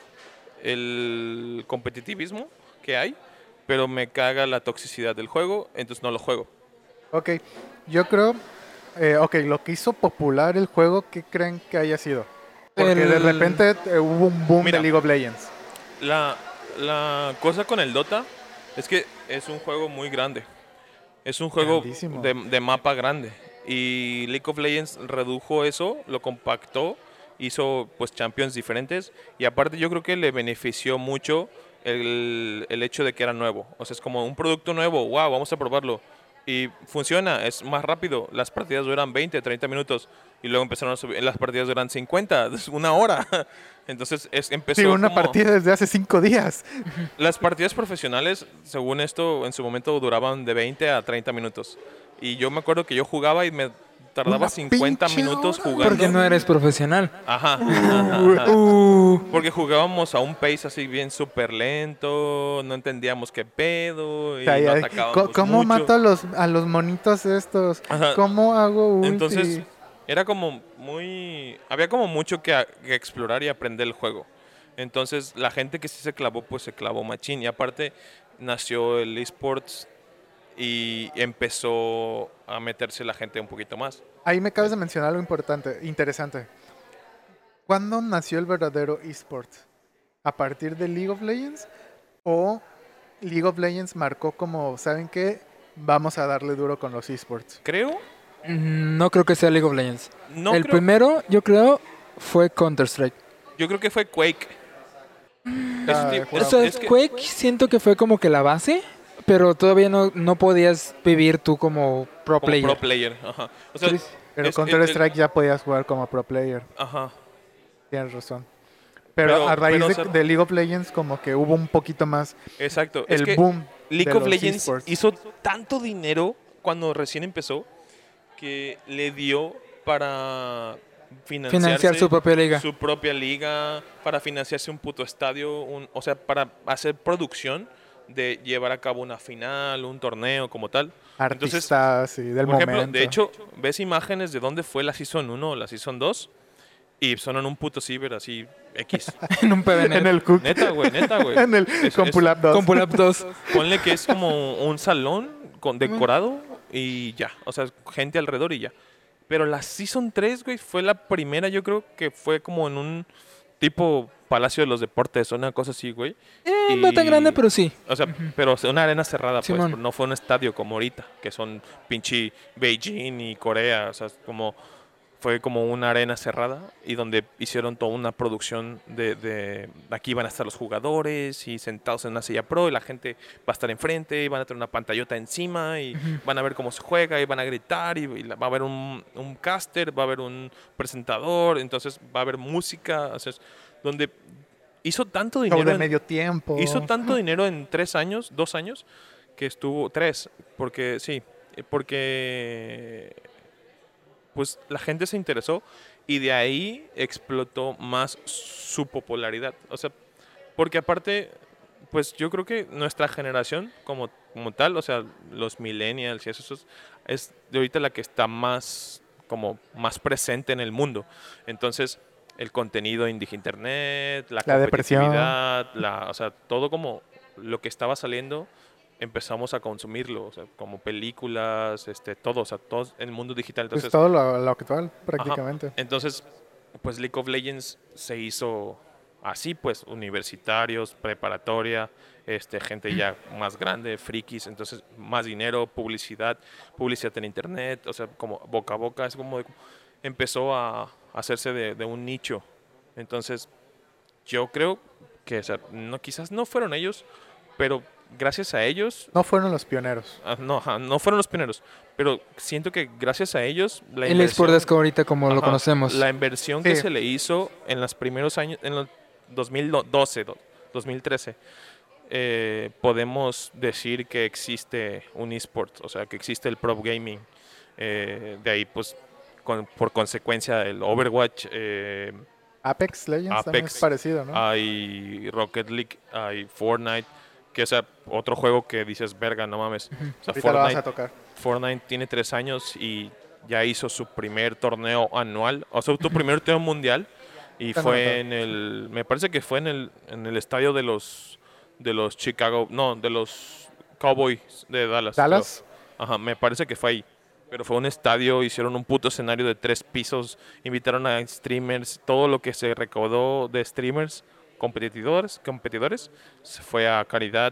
el competitivismo que hay, pero me caga la toxicidad del juego, entonces no lo juego. Ok, yo creo... eh, ok, lo que hizo popular el juego, ¿qué creen que haya sido? Porque de El- repente eh, hubo un boom Mira. de League of Legends. La, la cosa con el Dota es que es un juego muy grande. Es un juego Grandísimo. de, de mapa grande. Y League of Legends redujo eso, lo compactó, hizo pues champions diferentes. Y aparte yo creo que le benefició mucho el, el hecho de que era nuevo. O sea, es como un producto nuevo, wow, vamos a probarlo. Y funciona, es más rápido. Las partidas duran veinte, treinta minutos. Y luego empezaron a subir, las partidas duran cincuenta, es una hora. Entonces es, empezó Sí, una como- partida desde hace cinco días. Las partidas profesionales, según esto, en su momento duraban de veinte a treinta minutos. Y yo me acuerdo que yo jugaba y me tardaba Una cincuenta pinche minutos hora. jugando. Porque no eres profesional. Ajá, ajá, ajá. Uh, Porque jugábamos a un pace así bien súper lento, no entendíamos qué pedo y O sea, no ya- atacábamos co- ¿Cómo mucho. mato a los, a los monitos estos? Ajá. ¿Cómo hago ulti? Entonces, era como muy... Había como mucho que, a- que explorar y aprender el juego. Entonces, la gente que sí se clavó, pues se clavó machín. Y aparte, nació el eSports y empezó a meterse la gente un poquito más. Ahí me acabas de mencionar algo importante, interesante. ¿Cuándo nació el verdadero esport? ¿A partir de League of Legends? ¿O League of Legends marcó como, ¿saben qué? Vamos a darle duro con los esports. Creo... no creo que sea League of Legends. No el creo- primero, yo creo, fue Counter-Strike. Yo creo que fue Quake. Es un Ah, tipo- Pero O sea, es que- Quake siento que fue como que la base, pero todavía no, no podías vivir tú como pro como player. pro player. Ajá. O sea, Sí. Pero es- Counter el- Strike ya podías jugar como pro player. Ajá. Tienes razón. Pero, Pero- a raíz pero, o de, sea- de League of Legends como que hubo un poquito más Exacto. Es el que boom League de of los Legends esports. hizo tanto dinero cuando recién empezó que le dio para financiarse Financiar su propia liga. su propia liga, para financiarse un puto estadio, un, o sea, para hacer producción de llevar a cabo una final, un torneo como tal. Entonces, artistas y del por ejemplo, momento. de hecho, ves imágenes de dónde fue la Season uno o la Season dos y son en un puto ciber así X. En un P V en el Cook, Neta, güey, neta, güey. en el Es- es- Compulab dos. Con Pull Up dos. Ponle que es como un salón con decorado y ya. O sea, gente alrededor y ya. Pero la Season tres, güey, fue la primera, yo creo que fue como en un tipo Palacio de los Deportes, una cosa así, güey. Eh, Y- no tan grande, pero sí. O sea, pero o sea, una arena cerrada, pues, Simón. no fue un estadio como ahorita, que son pinche Beijing y Corea, o sea, como fue como una arena cerrada y donde hicieron toda una producción de, de aquí van a estar los jugadores y sentados en una silla pro y la gente va a estar enfrente y van a tener una pantallota encima y Ujú. van a ver cómo se juega y van a gritar y, y la- va a haber un, un caster, va a haber un presentador, entonces va a haber música, o sea, es donde hizo tanto Show dinero de en- medio tiempo. hizo tanto dinero en tres años, dos años, que estuvo, tres, porque sí, eh, porque pues la gente se interesó y de ahí explotó más su popularidad. O sea, porque aparte, pues yo creo que nuestra generación como, como tal, o sea, los millennials y eso, es, es de ahorita la que está más, como más presente en el mundo. Entonces, el contenido en digi- internet, la, La depresión. competitividad, la, o sea, todo como lo que estaba saliendo, empezamos a consumirlo, o sea, como películas, este, todo, o sea, todo en el mundo digital. Pues Entonces, todo lo, lo actual, prácticamente. entonces, pues League of Legends se hizo así, pues, universitarios, preparatoria, este, gente ya más grande, frikis, entonces más dinero, publicidad, publicidad en internet, o sea, como boca a boca, es como de- empezó a hacerse de, de un nicho. Entonces, yo creo que, o sea, no, quizás no fueron ellos, pero gracias a ellos No fueron los pioneros. ah, no, ajá, no fueron los pioneros, pero siento que gracias a ellos la El eSport inversión- es como ahorita como lo Ajá, conocemos. La inversión que Sí. se le hizo en los primeros años, en los dos mil doce, do- dos mil trece, eh, podemos decir que existe un eSport, o sea, que existe el Pro Gaming. Eh, de ahí, pues, con- por consecuencia, el Overwatch, eh, Apex Legends también Apex, es parecido, ¿no? hay Rocket League, hay Fortnite, que es otro juego que dices, verga, no mames. O sea, Ahorita lo vas Fortnite a tocar. Fortnite tiene tres años y ya hizo su primer torneo anual, o sea, su primer torneo mundial y Está fue anotado. en el, me parece que fue en el, en el estadio de los, de los Chicago, no, de los Cowboys de Dallas. creo. Dallas. Ajá, me parece que fue ahí. Pero fue un estadio, hicieron un puto escenario de tres pisos, invitaron a streamers, todo lo que se recaudó de streamers competidores, competidores se fue a caridad.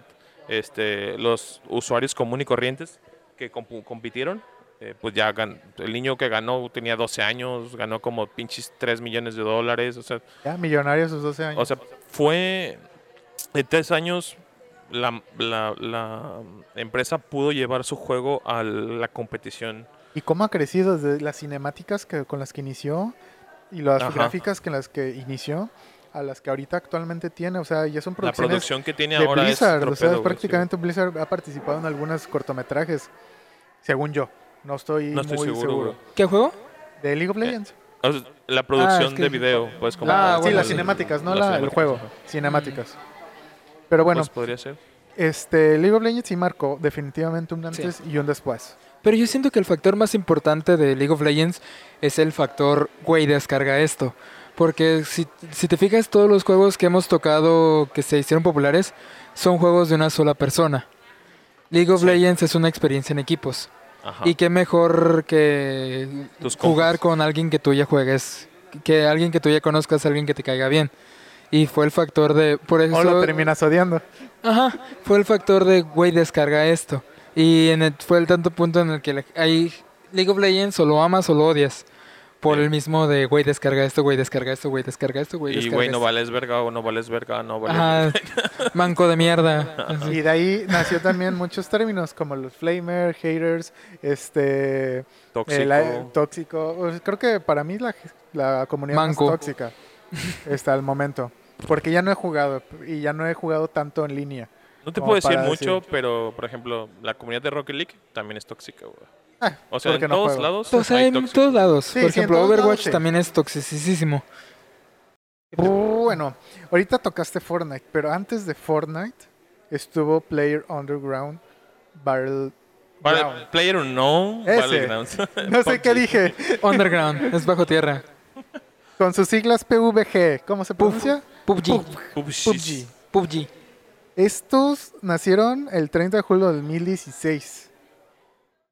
Este, los usuarios comunes y corrientes que compu- compitieron, eh, pues ya gan- el niño que ganó tenía doce años, ganó como pinches tres millones de dólares, o sea, Ya, millonario a sus doce años. o sea, fue en tres años la, la- la empresa pudo llevar su juego a la competición. ¿Y cómo ha crecido desde las cinemáticas que, con las que inició y las Ajá. gráficas con las que inició a las que ahorita actualmente tiene? O sea, ya son La producciones producción que tiene de ahora Blizzard. es otro O sea, pedo, güey, sí. prácticamente Blizzard ha participado en algunos cortometrajes, según yo. No estoy, No estoy muy seguro, seguro. güey. ¿Qué juego? De League of Legends. O sea, la producción Ah, es que- de video, pues como Ah, sí, bueno, las sí. cinemáticas, no las la, el cinemáticas, juego. ajá. Cinemáticas. Pero bueno, Pues podría ser. este League of Legends sí marcó definitivamente un antes y un después. Pero yo siento que el factor más importante de League of Legends es el factor, güey, descarga esto. Porque si, si te fijas, todos los juegos que hemos tocado que se hicieron populares son juegos de una sola persona. League of Sí. Legends es una experiencia en equipos. Ajá. Y qué mejor que Tus jugar compas. con alguien que tú ya juegues, que alguien que tú ya conozcas, alguien que te caiga bien. Y fue el factor de... Por eso, O lo terminas odiando. Ajá, fue el factor de, güey, descarga esto. Y en el- fue el tanto punto en el que la- hay League of Legends o lo amas o lo odias. Por Sí. el mismo de, güey, descarga esto, güey, descarga esto, güey, descarga esto, güey, Y descarga güey, no esto. vales verga o no vales verga, no vales Ajá, verga. manco de mierda. Así. Y de ahí nació también muchos términos como los flamer, haters, este Tóxico. eh, la- tóxico. O sea, creo que para mí la, la comunidad Manco. más tóxica está al momento. Porque ya no he jugado y ya no he jugado tanto en línea. No te como puedo decir para mucho, decir. pero por ejemplo, la comunidad de Rocket League también es tóxica, güey. Ah, O sea, porque en no todos juego. lados O sea, hay en tóxicos. todos lados. Sí, Por sí, en ejemplo, todos lados, Overwatch sí. también es toxicísimo. Uh, bueno, ahorita tocaste Fortnite, pero antes de Fortnite estuvo Player Underground Battle Vale, Ground. Player Unknown, Ese. Battlegrounds. No sé qué dije. Underground, es bajo tierra. Con sus siglas P V G. ¿Cómo se pronuncia? P U B G. P U B G. P U B G. Estos nacieron el treinta de julio del dos mil dieciséis.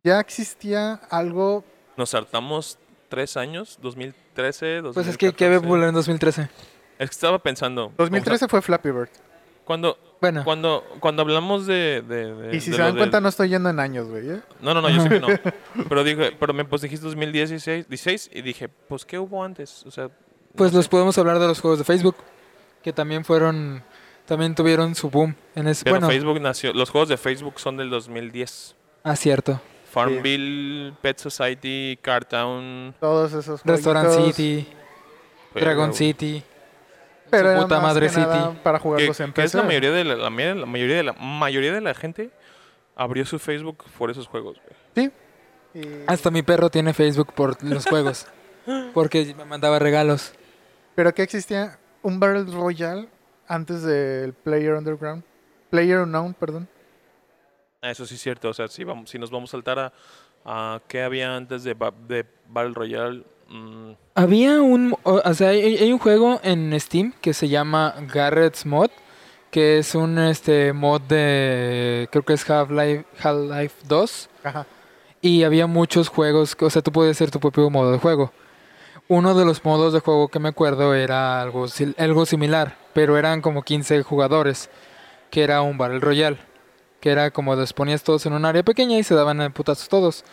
ya existía algo. Nos saltamos tres años, dos mil trece, dos mil catorce. Pues es que ¿qué popular en dos mil trece? Es que estaba pensando. dos mil trece o sea, fue Flappy Bird. Cuando, Bueno, cuando, cuando hablamos de... de- de- Y si de se lo dan cuenta, del- no estoy yendo en años, güey. ¿eh? No, no, no, yo sé que no. Pero dije, pero me pues dijiste dos mil dieciséis, dieciséis y dije, pues ¿qué hubo antes? O sea, pues no los sé. podemos hablar de los juegos de Facebook, que también fueron, también tuvieron su boom en ese. Pero Bueno, Facebook nació, los juegos de Facebook son del dos mil diez. ah, cierto. Farmville, Pet Society, Cartown, Todos esos Restaurant jueguitos, City, pero- Dragon City, Pero su era puta más madre que nada City. para que, jugarlos en que P C. es la mayoría de la, la mayoría la mayoría de la mayoría de la gente abrió su Facebook por esos juegos, güey. Sí. Y- Hasta mi perro tiene Facebook por los juegos, porque me mandaba regalos. Pero que existía un Battle Royale antes del Player Underground. Player Unknown, perdón. Ah, eso sí es cierto, o sea, si vamos si nos vamos a saltar a, a qué había antes de, ba- de Battle Royale, mm, Había un, o, o sea, hay, hay un juego en Steam que se llama Garrett's Mod, que es un este mod de, creo que es Half-Life Half-Life dos, Ajá. y había muchos juegos, o sea, tú puedes hacer tu propio modo de juego. Uno de los modos de juego que me acuerdo era algo, sil- algo similar, pero eran como quince jugadores, que era un Battle Royale, que era como los ponías todos en un área pequeña y se daban a putazos todos.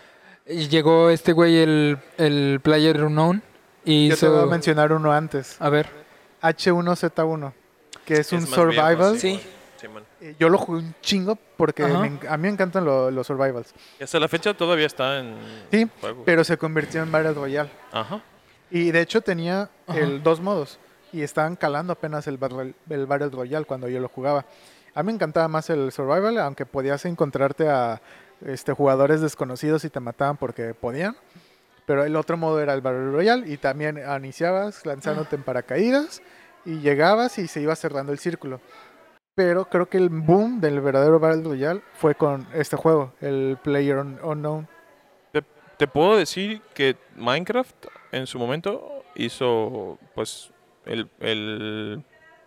Y llegó este güey, el, el Player Unknown, y Yo te voy a hizo... mencionar uno antes. A ver, H uno Z uno. Que es, un más survival. viejo, Sí. sí, man. Eh, Yo lo jugué un chingo porque Ajá. me en- a mí me encantan lo- los survivals. Y hasta la fecha todavía está en Sí, juego. pero se convirtió en Battle Royale. Ajá. Y de hecho tenía Ajá. el dos modos. Y estaban calando apenas el Battle, el Battle Royale cuando yo lo jugaba. A mí me encantaba más el survival, aunque podías encontrarte a este, jugadores desconocidos y te mataban porque podían. Pero el otro modo era el Battle Royale y también iniciabas lanzándote en paracaídas y llegabas y se iba cerrando el círculo. Pero creo que el boom del verdadero Battle Royale fue con este juego, el Player Unknown. Te, te puedo decir que Minecraft en su momento hizo pues el, el,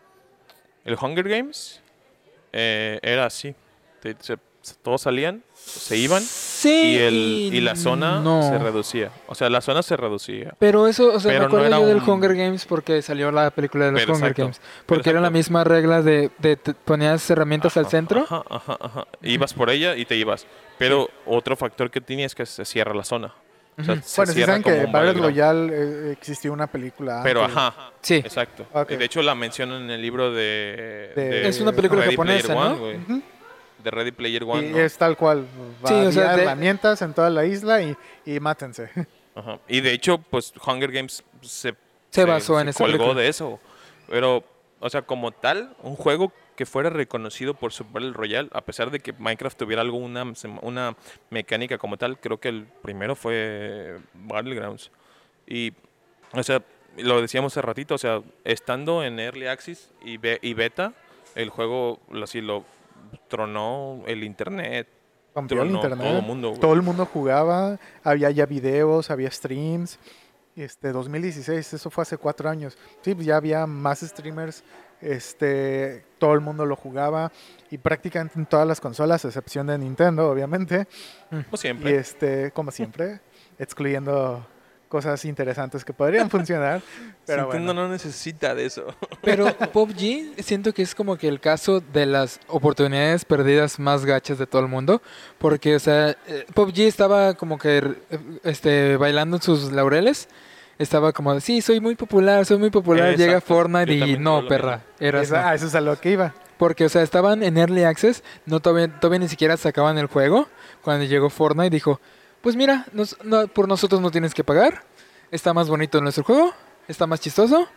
el Hunger Games eh, era así. Te- se- todos salían, se iban sí, y, el, y la zona no. se reducía. O sea, la zona se reducía. Pero eso, o sea, Pero me no acuerdo era yo del un- Hunger Games porque salió la película de los Pero Hunger exacto, Games. Porque pero era la exacto. misma regla de, de te ponías herramientas al Ajá, centro. Ajá, ajá, ajá. Ibas por ella y te ibas. Pero otro factor que tenía es que se cierra la zona. O sea, Ujú. se Bueno, si cierra saben como que un Battle battleground. Royale eh, existió una película Pero antes. ajá, Sí. exacto. Ok. Y de hecho la mencionan en el libro de... De- Es una película Ready japonesa, Player ¿no? One, güey. Ujú. De Ready Player One, Y ¿no? es tal cual. Sí, Había o sea, de- herramientas en toda la isla y, y mátense. Ajá. Y de hecho, pues Hunger Games se, Se basó en esa colgó película. de eso. Pero, o sea, como tal, un juego que fuera reconocido por su Battle Royale, a pesar de que Minecraft tuviera alguna una mecánica como tal, creo que el primero fue Battlegrounds. Y, o sea, lo decíamos hace ratito, o sea, estando en Early Access y, be- y Beta, el juego lo- así lo tronó el internet, Rompió el tronó internet. todo el mundo, güey. Todo el mundo jugaba. Había ya videos, había streams. Este, dos mil dieciséis, eso fue hace cuatro años. Sí, pues ya había más streamers. Este, todo el mundo lo jugaba. Y prácticamente en todas las consolas, a excepción de Nintendo, obviamente. Como Y siempre. este, como siempre, excluyendo cosas interesantes que podrían funcionar. Pero Nintendo bueno. no necesita de eso. Pero P U B G siento que es como que el caso de las oportunidades perdidas más gachas de todo el mundo. Porque, o sea, eh, P U B G estaba como que eh, este, bailando en sus laureles. Estaba como de, sí, soy muy popular, soy muy popular. Exacto. Llega Fortnite Yo y también no, creo lo perra, eras Esa- no. ah, eso es a lo que iba. Porque, o sea, estaban en Early Access, no todavía, todavía ni siquiera sacaban el juego. Cuando llegó Fortnite dijo, pues mira, nos- no- por nosotros no tienes que pagar. Está más bonito nuestro juego, está más chistoso.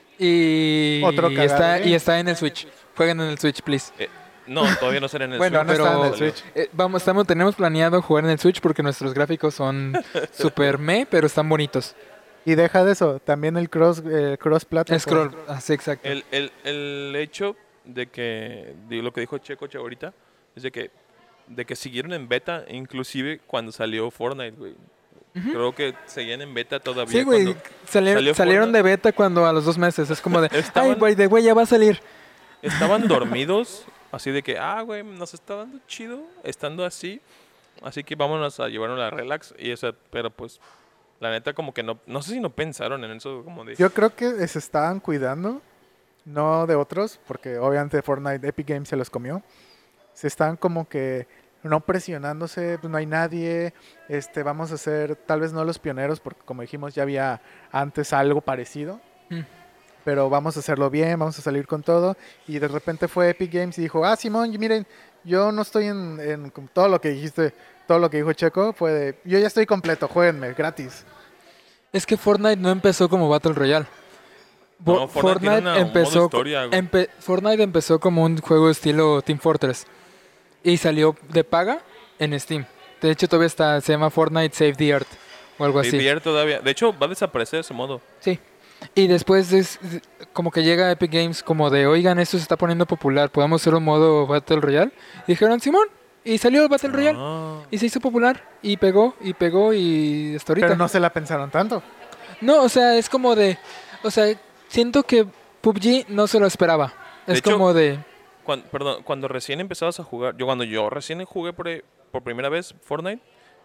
Y, Otro y cagado, está, ¿eh? y está en el Switch. Jueguen en el Switch, please. Eh, no, todavía no será en el Bueno, Switch. no está en el pero- Switch. Eh, vamos, estamos, tenemos planeado jugar en el Switch porque nuestros gráficos son super me, pero están bonitos. Y deja de eso, también el cross, eh, cross platform. Scroll, así exacto. El, el, el hecho de que, de lo que dijo Checo ahorita, es de que, de que siguieron en beta, inclusive cuando salió Fortnite, güey. Ujú. Creo que seguían en beta todavía. Sí, güey, cuando salieron, salió salieron Fortnite. de beta cuando a los dos meses. Es como de, ay, Estaban- güey, de güey, ya va a salir. Estaban dormidos, así de que, ah, güey, nos está dando chido estando así. así que vámonos a llevarnos la relax. Y esa, pero pues, la neta como que no, no sé si no pensaron en eso como de... Yo creo que se estaban cuidando, no de otros, porque obviamente Fortnite, Epic Games se los comió. Se estaban como que no presionándose, pues no hay nadie, este, vamos a ser tal vez no los pioneros, porque como dijimos ya había antes algo parecido. Mm. Pero vamos a hacerlo bien, vamos a salir con todo. Y de repente fue Epic Games y dijo, ah, Simón, y miren, yo no estoy en, en con todo lo que dijiste, todo lo que dijo Checo, fue de, yo ya estoy completo, jueguenme, gratis. Es que Fortnite no empezó como Battle Royale. Bo- No, Fortnite tiene una- un modo empezó, historia, güey. empe- Fortnite empezó como un juego estilo Team Fortress y salió de paga en Steam. De hecho todavía está, se llama Fortnite Save the Earth o algo Sí, así. Pierre todavía. De hecho, va a desaparecer ese modo. Sí. Y después es es como que llega Epic Games como de, oigan, esto se está poniendo popular, podemos hacer un modo Battle Royale. Y dijeron, Simón, y salió el Battle Royale. Ah. Y se hizo popular y pegó y pegó y hasta ahorita. Pero no se la pensaron tanto. No, o sea, es como de, o sea, siento que P U B G no se lo esperaba. De Es hecho, como de, Cuando, perdón, cuando recién empezabas a jugar, yo cuando yo recién jugué por, por primera vez Fortnite,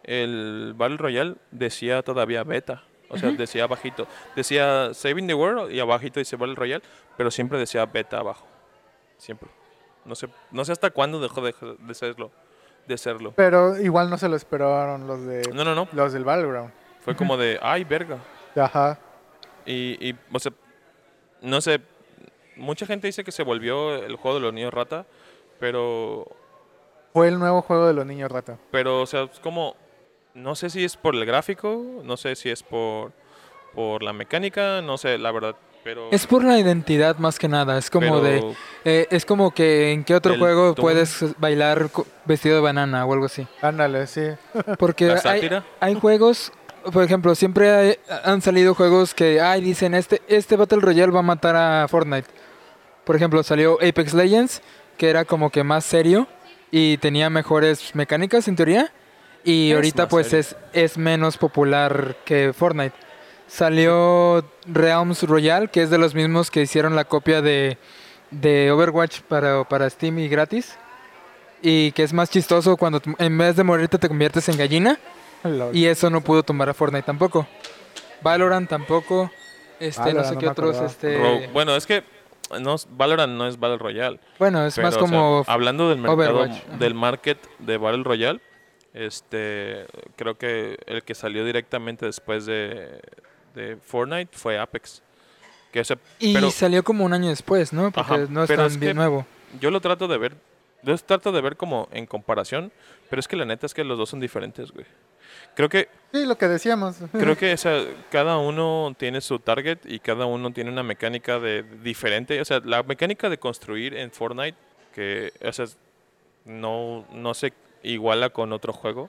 el Battle Royale decía todavía beta. O sea, Ujú. decía abajito. Decía Saving the World y abajito dice Battle Royale, pero siempre decía beta abajo. Siempre. No sé, no sé hasta cuándo dejó de, de serlo. De serlo. Pero igual no se lo esperaron los de No, no, no. los del Battleground. Fue como de, ay, verga. Ajá. Y, y, o sea, no sé, mucha gente dice que se volvió el juego de los niños rata, pero, Fue el nuevo juego de los niños rata. pero, o sea, es como, no sé si es por el gráfico, no sé si es por, por la mecánica, no sé, la verdad, pero... es por la identidad más que nada. Es como pero de, eh, es como que en qué otro El juego Doom. puedes bailar co- vestido de banana o algo así. Ándale, sí. Porque la hay, sátira, hay juegos, por ejemplo, siempre hay- han salido juegos que, ay, dicen, este, este Battle Royale va a matar a Fortnite. Por ejemplo, salió Apex Legends, que era como que más serio y tenía mejores mecánicas en teoría. Y Es ahorita más pues serio. es, es menos popular que Fortnite. Salió Realms Royale, que es de los mismos que hicieron la copia de, de Overwatch para, para Steam y gratis. Y que es más chistoso cuando t- en vez de morirte te conviertes en gallina. Lol. Y eso no pudo tumbar a Fortnite tampoco. Valorant tampoco. Este, no Valorant, sé no qué me otros. acordaba. Este, Rogue. Bueno, es que no, es- Valorant no es Battle Royale. bueno, es Pero, más o sea, como. hablando del mercado, Overwatch, ajá. del market de Battle Royale, este, creo que el que salió directamente después de, de Fortnite fue Apex. Que, o sea, y pero salió como un año después, ¿no? Porque Ajá, no es pero tan es bien que- nuevo. yo lo trato de ver, yo trato de ver como en comparación, pero es que la neta es que los dos son diferentes, güey. Creo que Sí, lo que decíamos. Creo que o sea, cada uno tiene su target y cada uno tiene una mecánica de diferente. O sea, la mecánica de construir en Fortnite, que o sea, no, no se iguala con otro juego.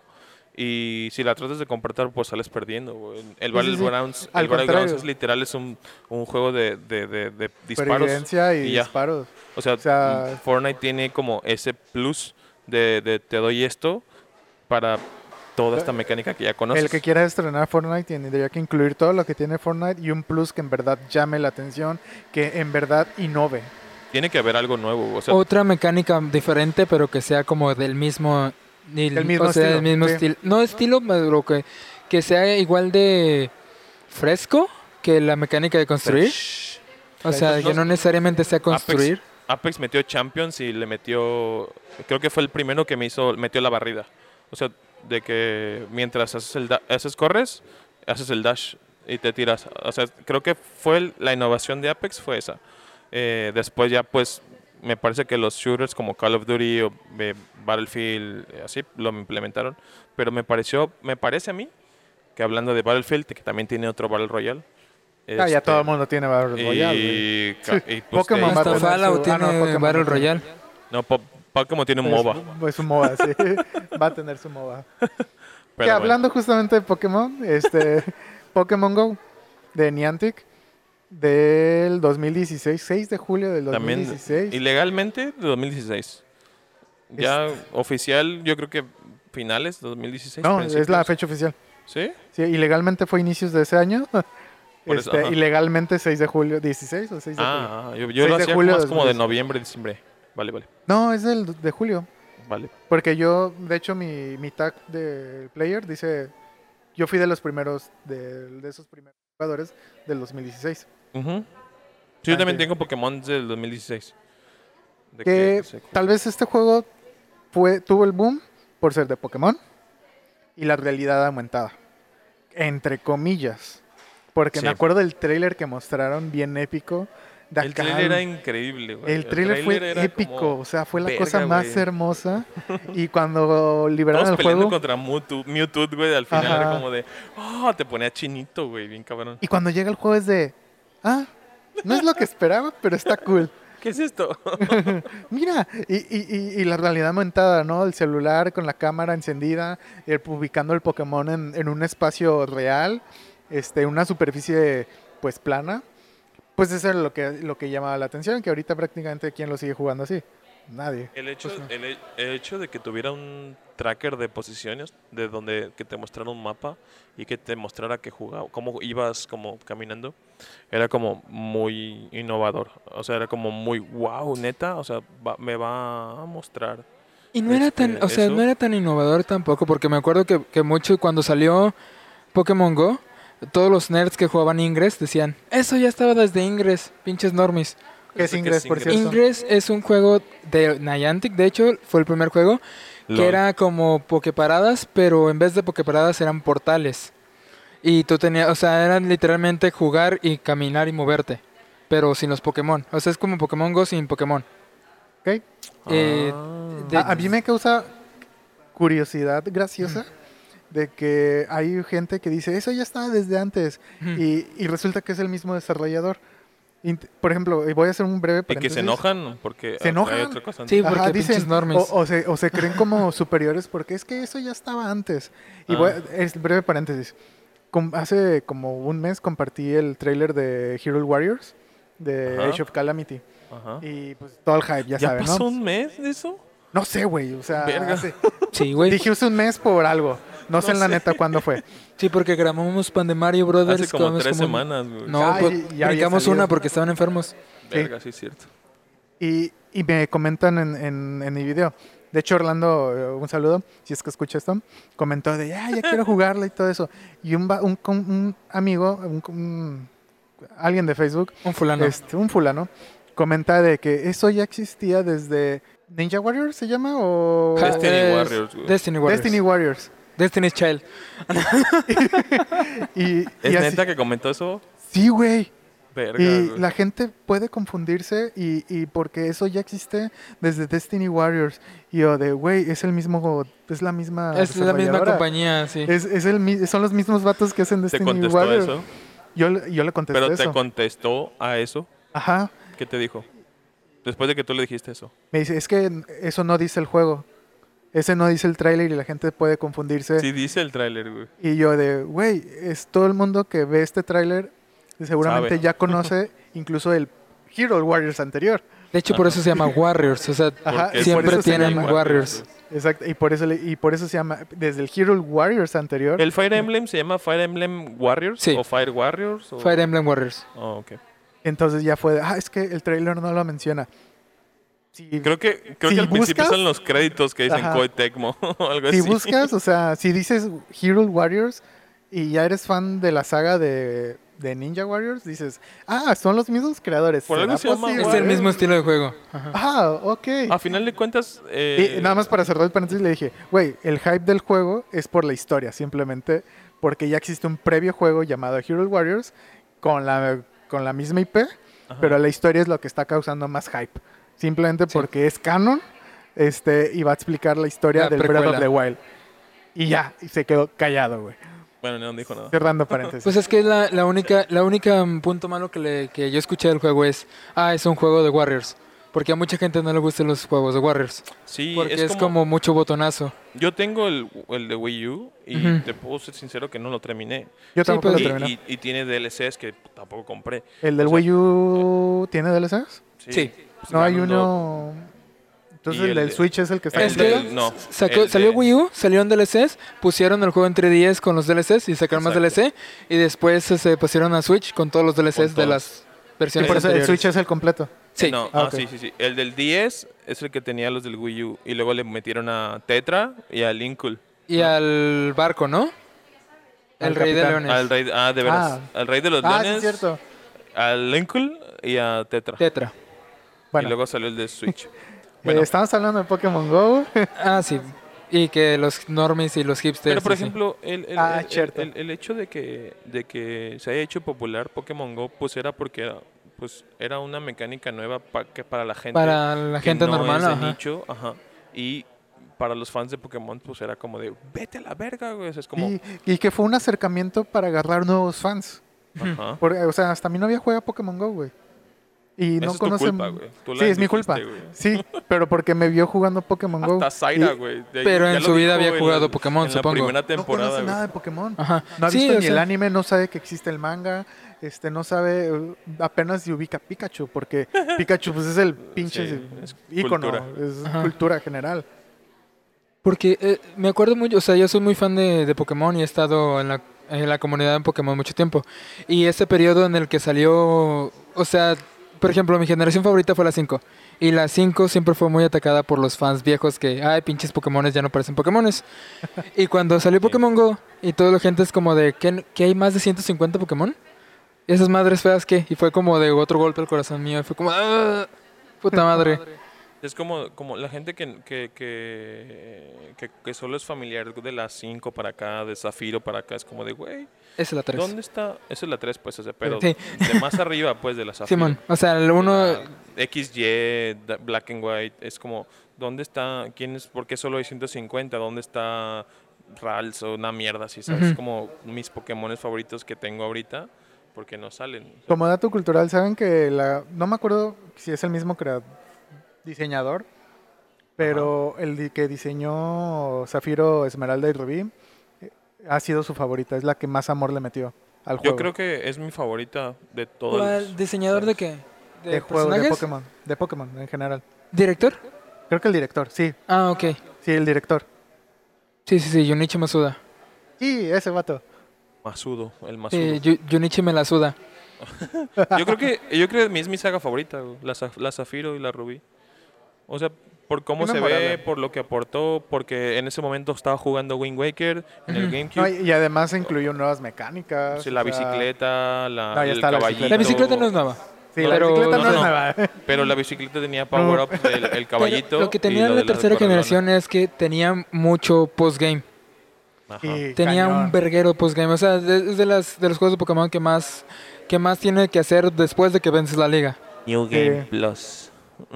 Y si la tratas de compartir, pues sales perdiendo. Güey. El Sí, sí, sí. Battlegrounds Al el Battlegrounds contrario. es literal, es un, un juego de, de, de, de disparos. Supervivencia y, y ya. disparos. O sea, O sea- Fortnite tiene como ese plus de, de te doy esto para toda esta mecánica que ya conoces. El que quiera estrenar Fortnite tendría que incluir todo lo que tiene Fortnite y un plus que en verdad llame la atención, que en verdad innove. Tiene que haber algo nuevo. O sea, Otra mecánica diferente, pero que sea como del mismo. nil- Del mismo o sea, estilo, del mismo sí. estilo. No estilo, pero que, que sea igual de fresco que la mecánica de construir. Shh. O sea, Pues que no- no necesariamente sea construir. Apex metió Champions y le metió, creo que fue el primero que me hizo, metió la barrida. O sea, de que mientras haces el da- haces corres, haces el dash y te tiras. O sea, creo que fue el- la innovación de Apex fue esa. Eh, después ya pues me parece que los shooters como Call of Duty o eh, Battlefield eh, así lo implementaron, pero me pareció, me parece a mí que hablando de Battlefield que también tiene otro Battle Royale. Ah, ya este, todo el mundo tiene Battle Royale. güey. y, ca- y, pues, Pokémon te- va a Hasta tener Fallout su- ah, tiene no, Pokémon Battle no tiene. Royale. No, Po- Pokémon tiene un Es- MOBA. Es un MOBA, sí. Va a tener su MOBA. Pero que bueno. hablando justamente de Pokémon, este Pokémon Go de Niantic del dos mil dieciséis, seis de julio del También dos mil dieciséis. ilegalmente de dos mil dieciséis. Ya oficial, yo creo que finales de dos mil dieciséis. No, es la principios. fecha oficial. ¿Sí? Sí, ilegalmente fue inicios de ese año. Por eso, Este, ajá. ilegalmente seis de julio, dieciséis o seis de julio. Ah, yo, yo seis lo de hacía julio más de como de dos mil dieciséis. noviembre, diciembre. Vale, vale. No, es del de julio. Vale. Porque yo, de hecho, mi, mi tag de player dice, yo fui de los primeros, de, de esos primeros jugadores del dos mil dieciséis. Ujú. Sí, yo Ah, también sí. tengo Pokémon del dos mil dieciséis. De Que se- tal vez este juego fue, tuvo el boom por ser de Pokémon y la realidad aumentada. Entre comillas. Porque Sí. me acuerdo del trailer que mostraron bien épico. De El acá, trailer era increíble, güey. el trailer fue era épico, como, o sea, fue la verga, cosa más güey. hermosa. Y cuando liberaron Todos el peleando juego, contra Mewtwo, Mewtwo, güey. Al final Ajá. era como de, oh, te ponía chinito, güey. Bien cabrón. y cuando llega el juego es de, ah, no es lo que esperaba, pero está cool. ¿Qué es esto? Mira, y, y, y, y la realidad aumentada, ¿no? El celular con la cámara encendida, el, ubicando el Pokémon en, en un espacio real, este, una superficie pues plana. Pues eso es lo que, lo que llamaba la atención, que ahorita prácticamente ¿quién lo sigue jugando así? Nadie. El hecho, Pues no. el, he- el hecho de que tuviera un tracker de posiciones, de donde que te mostrara un mapa y que te mostrara que jugaba, cómo ibas como caminando, era como muy innovador. O sea, era como muy wow, neta. O sea, va- me va a mostrar. Y no era Este, tan, o sea, eso. no era tan innovador tampoco, porque me acuerdo que, que mucho cuando salió Pokémon Go, todos los nerds que jugaban Ingress decían, eso ya estaba desde Ingress, pinches normies. ¿Qué es ¿Qué es Ingress, por Ingress? cierto? Ingress es un juego de Niantic, de hecho, fue el primer juego, que Lol. era como Poképaradas, pero en vez de Poképaradas eran portales. Y tú tenías, o sea, eran literalmente jugar y caminar y moverte, pero sin los Pokémon. O sea, es como Pokémon Go sin Pokémon. ¿Ok? eh, Ah. de- A, a mí me causa curiosidad graciosa de que hay gente que dice, eso ya estaba desde antes, Ujú. y, y resulta que es el mismo desarrollador. Int- Por ejemplo, y voy a hacer un breve Y que paréntesis. se enojan porque ¿Se hay enojan? otra cosa Sí, antes. porque pinches normies. o, o se, o se creen como superiores porque es que eso ya estaba antes. Y Ah. voy a- es breve paréntesis. Com- hace como un mes compartí el tráiler de Hero Warriors de Ajá. Age of Calamity. Ajá. Y pues todo el hype, ya, ¿Ya saben, pasó ¿no? un mes de eso? No sé, güey. O sea, Verga. hace- Sí, güey. dije hace un mes por algo. No, sé No en la sé. neta cuándo fue. Sí, porque grabamos Pan de Mario Brothers. Hace como comemos tres como- semanas, güey. No, Ah, pues, y- y ya había brincamos salido. una porque estaban enfermos. Verga, sí es cierto. Y, y me comentan en, en, en mi video. De hecho, Orlando, eh, un saludo, si es que escucha esto, comentó de, ah, ya quiero jugarla y todo eso. Y un, va- un, com- un amigo, un, un- alguien de Facebook, Un fulano. este, un fulano, comenta de que eso ya existía desde Ninja Warriors, ¿se llama? O Ja- Destiny es Warriors, güey. Destiny Warriors. Destiny Warriors. Destiny's Child. Y, ¿Es y así- neta que comentó eso? Sí, güey. Verga, Y güey. la gente puede confundirse y, y porque eso ya existe desde Destiny Warriors. Y yo de, güey, es el mismo, es la misma Es la misma desarrolladora. compañía, sí. Es, es el, mi- son los mismos vatos que hacen ¿Te Destiny contestó Warriors. eso? Yo, le- yo le contesté ¿Pero eso. te contestó a eso? Ajá. ¿Qué te dijo? Después de que tú le dijiste eso. Me dice, es que eso no dice el juego. Ese no dice el tráiler y la gente puede confundirse. Sí, dice el tráiler, güey. Y yo de, güey, es todo el mundo que ve este tráiler seguramente Sabe. ya conoce incluso el Hero Warriors anterior. De hecho, por eso se llama Warriors. O sea, Ajá, Porque y por siempre eso se tienen llama- Warriors. Exacto, y por eso le- y por eso se llama desde el Hero Warriors anterior. ¿El Fire Emblem se llama Fire Emblem Warriors? Sí. ¿O Fire Warriors? O... Fire Emblem Warriors. Oh, ok. Entonces ya fue, de, ah, es que el trailer no lo menciona. Sí, Creo que, creo Si que al principio buscas- son los créditos que dicen Ajá. Koei Tecmo o algo si así. buscas, o sea, si dices Hero Warriors y ya eres fan de la saga de, de Ninja Warriors, dices, ah, son los mismos creadores. Por algo ¿Será se llama posible? Es el mismo estilo de juego. Ajá. Ah, ok. A final de cuentas... eh, Y nada más para cerrar el paréntesis le dije, güey, el hype del juego es por la historia, simplemente porque ya existe un previo juego llamado Hero Warriors con la, con la misma I P, ajá. pero la historia es lo que está causando más hype. Simplemente Sí. porque es canon, este, y va a explicar la historia La del Breath precuela. of the Wild. Y ya, y se quedó callado, güey. Bueno, no dijo nada. Cerrando paréntesis. Pues es que la, la única la única mm, punto malo que, le, que yo escuché del juego es, ah, es un juego de Warriors. Porque a mucha gente no le gustan los juegos de Warriors. Sí, Porque es, es, como, como mucho botonazo. Yo tengo el, el de Wii U y Ujú. te puedo ser sincero que no lo terminé. Yo sí, tampoco pues, lo Y, terminé. y- y tiene D L Cs que tampoco compré. ¿El del o sea- Wii U tiene D L Cs? Sí. pues, No hay ganando- uno... Entonces Y el, el del de- Switch es el que está el Es completo. que del- no, sacó- el salió de- Wii U, salieron D L Cs, pusieron el juego en tres D S con los D L Cs y sacaron más D L C. Y después se pusieron a Switch con todos los D L Cs Con de todos. las Y versiones por eso el anteriores. Switch es el completo. Sí. No, Ah, ah, ok. sí, sí, sí. El del diez es el que tenía los del Wii U. Y luego le metieron a Tetra y a Linkle. Y al barco, ¿no? El Al rey de capitán. leones. Al rey, ah, de veras. Ah. Al rey de los Ah, sí, leones. es cierto. Al Linkle y a Tetra. Tetra. Bueno, Y luego salió el de Switch. eh, Bueno, estamos hablando de Pokémon Go. Ah, sí. Y que los normies y los hipsters. pero por sí, sí. ejemplo, el, el, Ah, el- cierto. el- el hecho de que, de que se haya hecho popular Pokémon Go, pues era porque era, pues, era una mecánica nueva pa- que para la gente. Para la que gente no normal, es de ajá. nicho, ajá. Y para los fans de Pokémon, pues era como de, vete a la verga, güey. O sea, es como, Y, y que fue un acercamiento para agarrar nuevos fans. ajá. Por- o sea, hasta mi novia juega Pokémon Go, güey. Y no Esa es tu conoce. culpa, güey. Tú la Sí, es mi indujiste, culpa. güey. Sí, pero porque me vio jugando Pokémon Go. Hasta Zaira, Y güey. de- Pero ya en lo su vida dijo había en jugado la- Pokémon, en supongo. la primera No temporada, conoce güey. nada de Pokémon. Ajá. No ha Sí, visto o ni el sea, anime, no sabe que existe el manga, este, no sabe, eh, apenas se ubica Pikachu, porque Pikachu pues es el pinche Sí, es ícono, cultura. es Ajá. cultura general. Porque eh, me acuerdo mucho, o sea, yo soy muy fan de, de Pokémon y he estado en la, en la comunidad en Pokémon mucho tiempo. Y ese periodo en el que salió, o sea, por ejemplo, mi generación favorita fue la cinco. Y la cinco siempre fue muy atacada por los fans viejos que, ay, pinches Pokémones ya no parecen Pokémones. Y cuando salió Pokémon Go y toda la gente es como de, ¿qué, ¿qué hay más de ciento cincuenta Pokémon? ¿Y esas madres feas qué? Y fue como de otro golpe al corazón mío. Y fue como, ¡ah! Puta madre. Es como, como la gente que, que, que, que, que solo es familiar de las cinco para acá, de Zafiro para acá, es como de, güey, Esa es la tres. ¿dónde está? Esa es la tres, pues, o sea, pero Sí. de más arriba, pues, de la Zafiro. Simón, o sea, el uno... La X Y, da- Black and White, es como, ¿dónde está? ¿Quién es? ¿Por qué solo hay ciento cincuenta? ¿Dónde está Rals o una mierda así, sabes? Ujú. Como mis Pokémones favoritos que tengo ahorita, porque no salen. O sea, Como dato cultural, ¿saben que la, no me acuerdo si es el mismo crea- diseñador, pero el di- que diseñó Zafiro, Esmeralda y Rubí eh, ha sido su favorita, es la que más amor le metió al juego. yo creo que es mi favorita de todos. ¿Cuál? ¿Diseñador de qué? ¿De, de juego de personajes? Pokémon, de Pokémon en general. ¿Director? Creo que el director, sí, Ah, ok. sí, el director. Sí, sí, sí, Junichi Masuda. Sí, ese vato. Masudo, el Masudo. Sí, Yu- Junichi me la suda. Yo creo que yo creo que es mi saga favorita, güey, la, Zaf- la Zafiro y la Rubí. O sea, por cómo Qué se memorable. ve, por lo que aportó, porque en ese momento estaba jugando Wind Waker en el Ujú. GameCube. No, y, y además incluyó nuevas mecánicas. Sí, la o sea, bicicleta, la, No, ya el está la caballito. bicicleta. La bicicleta no es nueva. Sí, la Pero- bicicleta no, no, es no. nueva. Pero la bicicleta tenía power up, el, el caballito. Pero lo que y tenía lo la de tercera corralona. generación es que tenía mucho postgame. Ajá. Y Tenía cañón. un verguero de postgame. O sea, de- es de, las, de los juegos de Pokémon que más, que más tiene que hacer después de que vences la liga. New Game Plus.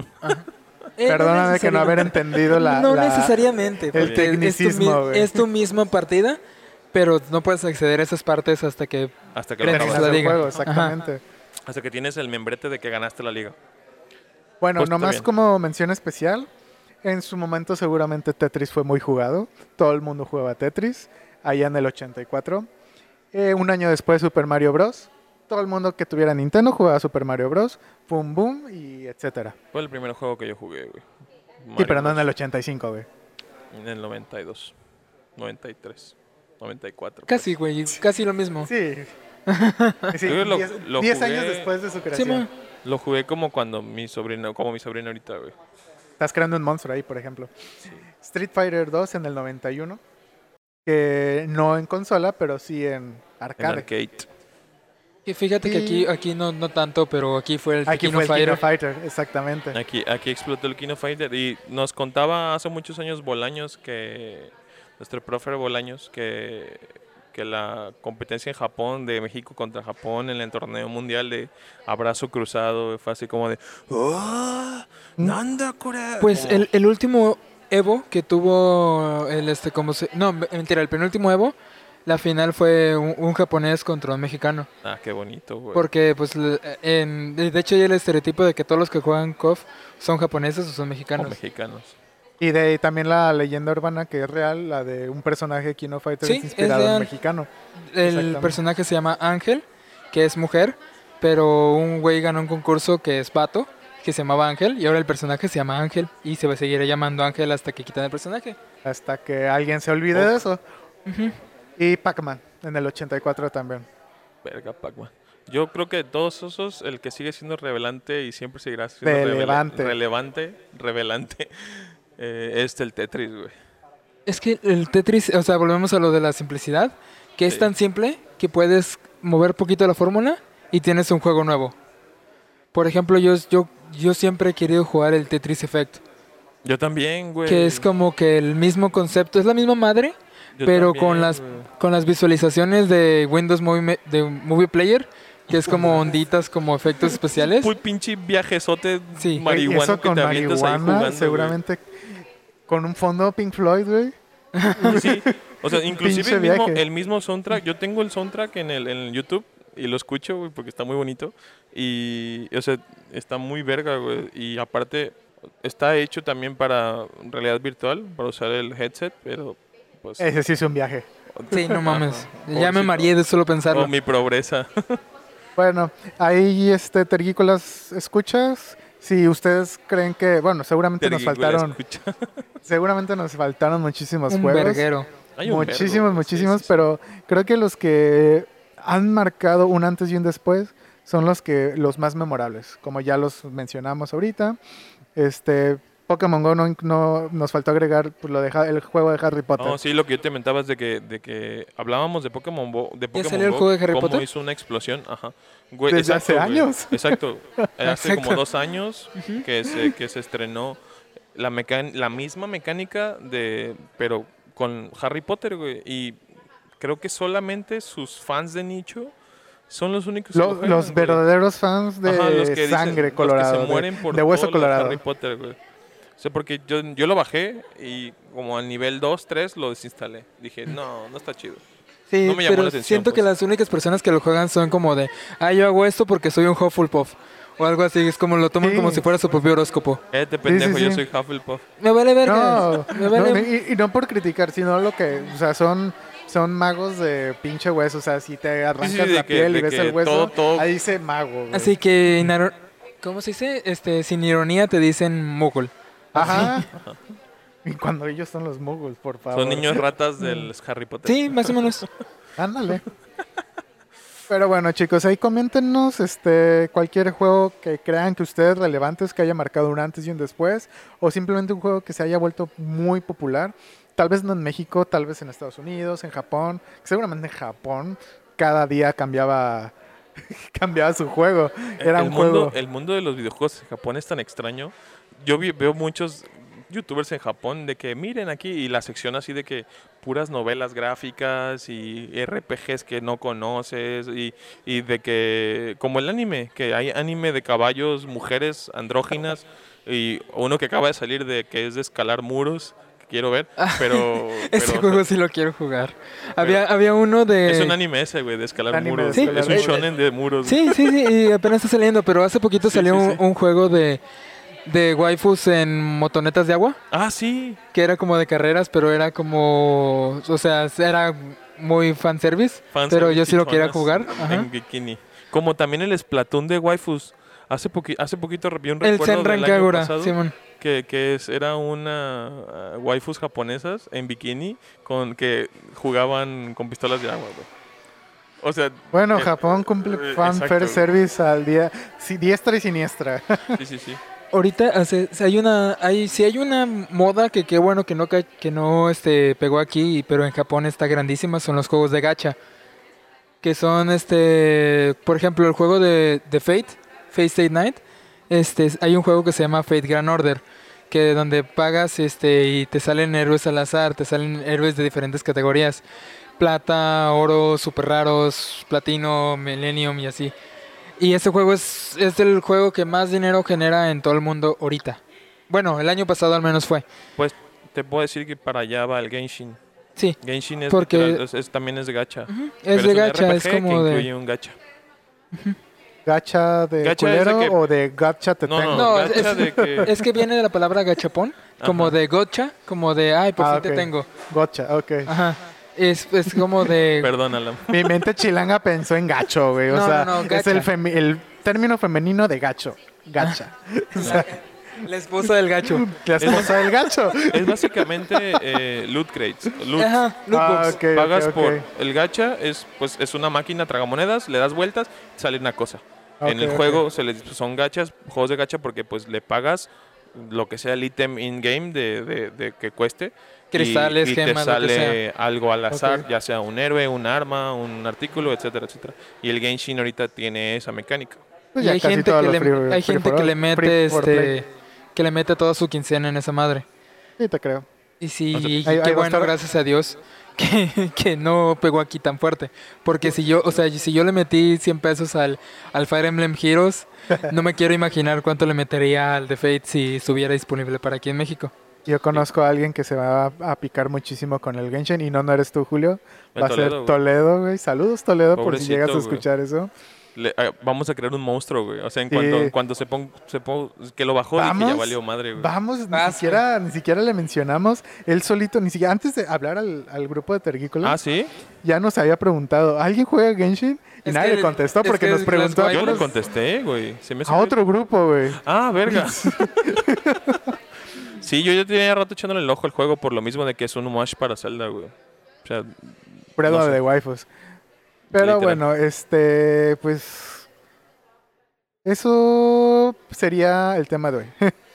Eh, Perdóname que no haber necesariamente. entendido la... No la- necesariamente. el porque es tu tecnicismo, mi- güey. es tu misma partida, pero no puedes acceder a esas partes hasta que... Hasta que lo Gracias acabas. a la del liga. juego, Ajá. exactamente. Hasta que tienes el membrete de que ganaste la liga. Bueno, Pues está nomás bien. como mención especial, en su momento seguramente Tetris fue muy jugado. Todo el mundo jugaba Tetris, allá en el ochenta y cuatro. Eh, un año después Super Mario Bros. Todo el mundo que tuviera Nintendo jugaba Super Mario Bros. Boom, boom, y etcétera. Fue el primer juego que yo jugué, güey. Sí, Mario pero no en Bros. el ochenta y cinco, güey. En el noventa y dos, noventa y tres, noventa y cuatro. Casi, güey, casi lo mismo. Sí. Sí, Yo lo- diez, lo diez jugué- años después de su Sí, creación. ma. Lo jugué como cuando mi sobrino, como mi sobrino ahorita, güey. Estás creando un monstruo ahí, por ejemplo. Street Fighter dos en el noventa y uno. Que no en consola, pero sí en En arcade. arcade. Y fíjate que Y- aquí, aquí no, no tanto, pero aquí fue el Aquí Tekken fue el King Fighter. of Fighter, exactamente. Aquí, aquí explotó el Kino Fighter y nos contaba hace muchos años Bolaños que nuestro profe Bolaños que, que la competencia en Japón de México contra Japón en el torneo mundial de abrazo cruzado fue así como de ¡Oh! ¡Nanda kore! Pues Como- el, el último Evo que tuvo el este como se, no, me- mentira, el penúltimo Evo, la final fue un, un japonés contra un mexicano, Ah, qué bonito, güey. porque pues le- en, de hecho hay el estereotipo de que todos los que juegan C O F son japoneses o son Como mexicanos. mexicanos. Y de ahí también la leyenda urbana que es real, la de un personaje de King of Fighter Sí, es es inspirado en real. mexicano. El Exactamente. personaje se llama Ángel, que es mujer, pero un güey ganó un concurso que es vato, que se llamaba Ángel, y ahora el personaje se llama Ángel y se va a seguir llamando Ángel hasta que quitan el personaje. Hasta que alguien se olvide Oh. de eso. Ujú. Y Pac-Man en el ochenta y cuatro también. Verga, Pac-Man. Yo creo que de todos esos, el que sigue siendo relevante y siempre seguirá siendo Relevante. revela- relevante, revelante, eh, es el Tetris, güey. Es que el Tetris, o sea, volvemos a lo de la simplicidad, que es Sí. tan simple que puedes mover poquito la fórmula y tienes un juego nuevo. Por ejemplo, yo, yo, yo siempre he querido jugar el Tetris Effect, Yo también, güey. que es como que el mismo concepto, es la misma madre, Yo pero también, con las güey. con las visualizaciones de Windows Movie, Me- de Movie Player, que es como onditas, como efectos especiales. Muy pinche viajezote Sí. Güey, marihuana eso que con te avientas ahí marihuana, jugando, seguramente con un fondo Pink Floyd, güey. güey. Sí. O sea, inclusive Pinche el mismo, viaje. el mismo soundtrack. Yo tengo el soundtrack en el, en el YouTube y lo escucho, güey, porque está muy bonito. Y, o sea, está muy verga, güey. Y aparte, está hecho también para realidad virtual, para usar el headset, pero pues... Ese sí es un viaje. Sí, no mames. Ajá. Ya me Pobrecito. mareé de solo pensarlo. Oh, mi pobreza. Bueno, ahí, este, tergícolas, ¿escuchas? Si ustedes creen que, bueno, seguramente nos Tergícola, faltaron, escucha. seguramente nos faltaron muchísimos Un juegos. verguero. Hay un vergo, Muchísimos, güey. muchísimos, Sí, sí, sí. pero creo que los que han marcado un antes y un después son los que los más memorables, como ya los mencionamos ahorita. Este Pokémon Go no, no- nos faltó agregar pues, lo de Ha- el juego de Harry Potter. No, sí, lo que yo te mentabas de que, de que hablábamos de Pokémon Go, de Pokémon salió el Go, juego de Harry cómo Potter? hizo una explosión, ajá. Güey, Desde hace güey, años. Exacto. Hace Exacto. como dos años que se, que se estrenó la mecan la misma mecánica de, pero con Harry Potter, güey. Y creo que solamente sus fans de nicho son los únicos que Lo- lo juegan, los güey. verdaderos fans de Ajá, los que dicen- sangre los que colorado, se mueren de, por de hueso todo lo de colorado. Harry Potter, güey. O sea, porque yo, yo lo bajé y como al nivel dos, tres lo desinstalé. Dije, no, no está chido. Sí, No me llamó pero la atención, siento que pues. las únicas personas que lo juegan son como de, ah, yo hago esto porque soy un Hufflepuff. O algo así, es como lo toman Sí. como si fuera su propio horóscopo. Este pendejo, sí, yo sí. soy Hufflepuff. Me vale verga. No, me vale. no, y, y no por criticar, sino lo que, o sea, son, son magos de pinche hueso. O sea, si te arrancas Sí, sí, de la que- piel de y ves que el hueso, todo- todo- ahí dice mago. güey. Así que, inaro- ¿cómo se dice? Este, sin ironía te dicen muggle. Ajá. Y cuando ellos son los muggles, por favor. Son niños ratas del Harry Potter. Sí, más o menos. Ándale. Pero bueno, chicos, ahí coméntenos este, cualquier juego que crean que ustedes relevantes, que haya marcado un antes y un después, o simplemente un juego que se haya vuelto muy popular. Tal vez no en México, tal vez en Estados Unidos, en Japón. Seguramente en Japón cada día cambiaba, cambiaba su juego. Era el un mundo, juego. el mundo de los videojuegos en Japón es tan extraño. Yo vi- veo muchos youtubers en Japón de que miren aquí y la sección así de que puras novelas gráficas y R P Gs que no conoces y, y de que como el anime, que hay anime de caballos, mujeres andróginas y uno que acaba de salir de que es de escalar muros, que quiero ver, pero, Ese pero juego sí lo quiero jugar. Había, había uno de... es un anime ese, güey, de escalar Anime de muros. escalar Es un muros. shonen de muros. Sí, sí, sí, y apenas está saliendo, pero hace poquito Sí, salió sí, un, sí. un juego de, de waifus en motonetas de agua, Ah, sí. que era como de carreras, pero era como, o sea, era muy fanservice, Fans pero de yo sí lo quería chichonas jugar. Ajá. en bikini. Como también el Splatoon de waifus. Hace, poqui hace poquito vi un El recuerdo Senran del año Kagura, pasado Simón. que, que es, era una uh, waifus japonesas en bikini con que jugaban con pistolas de agua, güey. O sea, Bueno, eh, Japón cumple eh, fan exacto, fair güey. service al día, sí, diestra y siniestra. sí, sí, sí. Ahorita hace, si hay una, hay, si hay una moda que qué bueno que no ca- que no este pegó aquí, pero en Japón está grandísima, son los juegos de gacha, que son este, por ejemplo, el juego de, de Fate, Fate Stay Night, este, hay un juego que se llama Fate Grand Order, que donde pagas este y te salen héroes al azar, te salen héroes de diferentes categorías, plata, oro, super raros, platino, millennium y así. Y ese juego es, es el juego que más dinero genera en todo el mundo ahorita. Bueno, el año pasado al menos fue. Pues te puedo decir que para allá va el Genshin. Sí, Genshin es, Porque- literal, es- es- también es de gacha. es Pero de un gacha, R P es G que como de... incluye un gacha. ¿Gacha de Gacha es de culero que- o de gacha te No, tengo? no, No, gacha es- de que... Es que viene de la palabra gachapón, como Ajá. de gotcha, como de, ay, por Ah, fin te ok. tengo. Gotcha, ok. Ajá. Es, es como de... Perdónala. Mi mente chilanga pensó en gacho, güey. O No, sea, no, no, es gacha. el, femi- el término femenino de gacho. Gacha. O sea, La esposa del gacho. La esposa del gacho. Es básicamente eh, loot crates. Loot. Ajá, loot Ah, box. ok, Pagas ok, ok. por... El gacha es, pues, es una máquina tragamonedas, le das vueltas, sale una cosa. en Ok, el ok. juego se les, son gachas, juegos de gacha, porque pues le pagas lo que sea el ítem in-game de, de, de que cueste. Cristales, y, y gemas, te lo que sale algo al azar, Ok. ya sea un héroe, un arma, un artículo, etcétera, etcétera. Y el Genshin ahorita tiene esa mecánica. Pues Y ya hay casi gente todos que los le, free- hay free gente for que all, le free mete for play. este que le mete toda su quincena en esa madre. Sí, te creo. Y sí, O sea, y ahí- qué ahí va a bueno, estar- gracias a Dios, que, que no pegó aquí tan fuerte. Porque si yo, o sea, si yo le metí cien pesos al, al Fire Emblem Heroes, no me quiero imaginar cuánto le metería al The Fate si estuviera disponible para aquí en México. Yo conozco a alguien que se va a, a picar muchísimo con el Genshin y no, no eres tú, Julio. El Va a Toledo, ser güey. Toledo, güey. Saludos, Toledo, por si Pobrecito, llegas a güey. escuchar eso. Le- ah, vamos a crear un monstruo, güey. O sea, en Sí. cuanto, cuando se ponga, se pon- que lo bajó, dije, ya Vamos, valió madre, güey. Vamos, ni Vas, siquiera, ni siquiera le mencionamos. Él solito, ni siquiera antes de hablar al, al grupo de Tergícola, Ah, ¿sí? ya nos había preguntado, ¿alguien juega Genshin? Y Es nadie que- le contestó es porque que nos es preguntó Glass Yo White. le contesté, güey. Se me hace a que- otro grupo, güey. Ah, verga. Sí, yo ya tenía rato echándole el ojo al juego por lo mismo de que es un homage para Zelda, güey. O sea, Prueba No sé. de waifus. Pero Literal. bueno, este, pues... Eso sería el tema de hoy.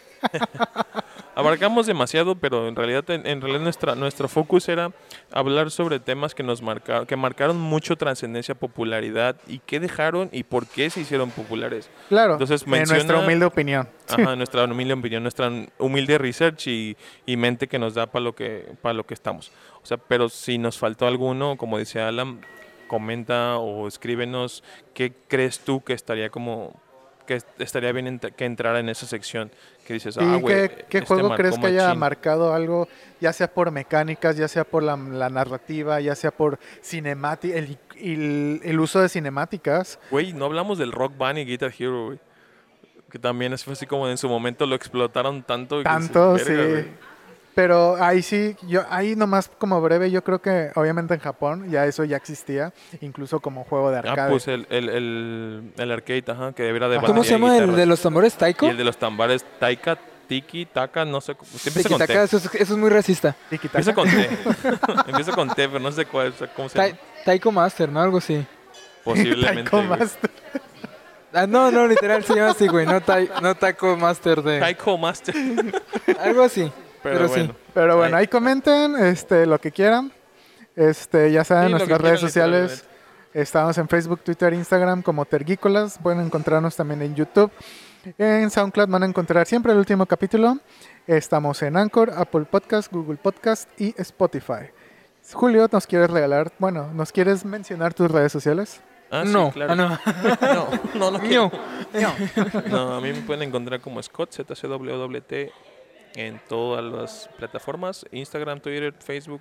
abarcamos demasiado, pero en realidad en, en realidad nuestra nuestro focus era hablar sobre temas que nos marcaron, que marcaron mucho trascendencia, popularidad y qué dejaron y por qué se hicieron populares. Claro, Entonces, en menciona- nuestra humilde opinión. Ajá, nuestra humilde opinión, nuestra humilde research y, y mente que nos da para lo que para lo que estamos. O sea, pero si nos faltó alguno, como dice Alan, comenta o escríbenos qué crees tú que estaría como que est- estaría bien ent- que entrara en esa sección que dices, ah, ¿Y güey, qué, qué este juego marcó crees que haya machín". marcado algo, ya sea por mecánicas, ya sea por la, la narrativa, ya sea por cinemática, el, el, el uso de cinemáticas? Güey, no hablamos del Rock Band y Guitar Hero, güey. Que también es fue así como en su momento lo explotaron tanto. que dices, Tanto, "Verga, sí. güey". Pero ahí sí, yo ahí nomás como breve, yo creo que obviamente en Japón ya eso ya existía, incluso como juego de arcade. Ah, pues el, el, el, el arcade, ajá, que era de Ajá. ¿Cómo batería se y llama el guitarras. de los tambores? ¿Taiko? Y el de los tambores, Taika, Tiki, Taka, no sé. cómo- Empieza con Tiki-taka, T. eso, es, eso es muy racista. Tiki-taka. Empieza con T. Empieza con T, pero no sé cuál, o sea, cómo se Tai- llama. Taiko Master, ¿no? Algo así. Posiblemente. Taiko güey. Master. Ah, no, no, literal se llama así, güey. No, tai, no Taiko Master de... Taiko Master. Algo así. Pero, Pero, bueno. sí. Pero bueno, Ahí. ahí comenten este, lo que quieran. Este, ya saben, Sí, lo nuestras que redes quieran, sociales. Estamos en Facebook, Twitter, Instagram como Tergícolas. Pueden encontrarnos también en YouTube. En SoundCloud van a encontrar siempre el último capítulo. Estamos en Anchor, Apple Podcast, Google Podcast y Spotify. Julio, ¿nos quieres regalar? Bueno, ¿nos quieres mencionar tus redes sociales? Ah, sí, no, claro. ah, no. No, no, no quiero. No. No, a mí me pueden encontrar como Scott, Z C W W T, en todas las plataformas, Instagram, Twitter, Facebook,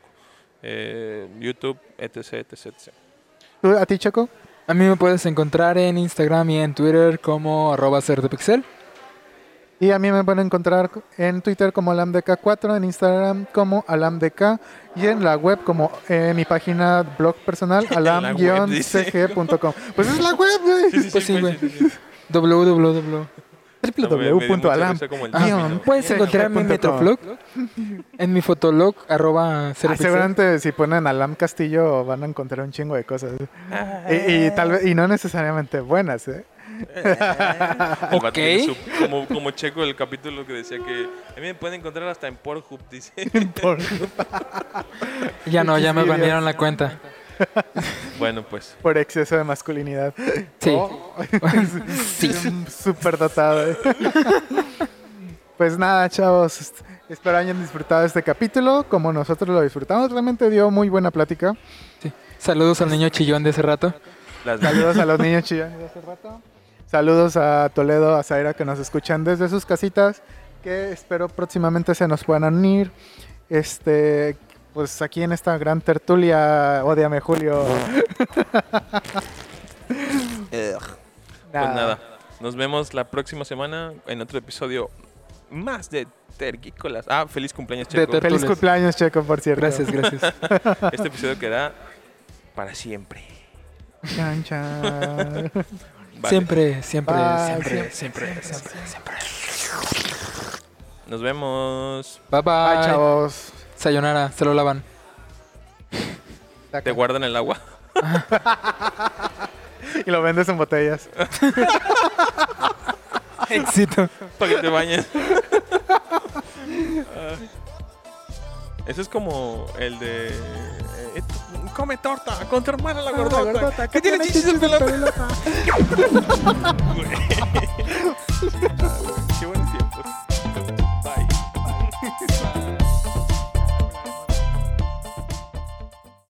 eh, YouTube, etc, etc, etcétera. ¿Tú, ¿A ti, Checo? A mí me puedes encontrar en Instagram y en Twitter como arroba cerdepixel. Y a mí me pueden encontrar en Twitter como alamdk cuatro, en Instagram como alamdk y en la web como eh, mi página blog personal alam guion c g punto com. Pues es la web, güey. Pues sí, güey. www. w punto alam como el Ah, término. puedes Sí, encontrarme en punto com. Metroflog, en mi fotolog, arroba Ah, cerdepixel. seguramente si ponen Alam Castillo van a encontrar un chingo de cosas. Y, y tal vez, y no necesariamente buenas, ¿eh? El vato Ok. tiene su- como, como Checo el capítulo que decía que a mí me pueden encontrar hasta en Pornhub, dice. Por- Ya no, ya me Xvideos. banearon la cuenta. Bueno, pues. por exceso de masculinidad. Sí. Oh, Sí. súper dotado. ¿eh? Pues nada, chavos. est- Espero hayan disfrutado este capítulo como nosotros lo disfrutamos. Realmente dio muy buena plática. Saludos al niño chillón de hace rato. Las Saludos a los niños chillones de hace rato. Saludos a Toledo, a Zaira que nos escuchan desde sus casitas. Que espero próximamente se nos puedan unir. Este, pues aquí en esta gran tertulia, ódiame Julio. Pues nada, nos vemos la próxima semana en otro episodio más de Tergícolas. Ah, feliz cumpleaños, De Checo. ter- Feliz Tertulias. cumpleaños, Checo, por cierto. Gracias, gracias. Este episodio queda para siempre. Chan, chan. Vale. Siempre, siempre, Bye, siempre, siempre, siempre, siempre, siempre. Nos vemos. Bye bye. Bye, chavos. Sayonara, se lo lavan. Te guardan el agua. Y lo vendes en botellas. Éxito. Para que te bañes. Ah. Eso es como el de... eh, come torta con tu hermana la gordota. La gordota, ¿Qué tiene chichis en pelota? Qué buenos tiempos. Bye. Bye.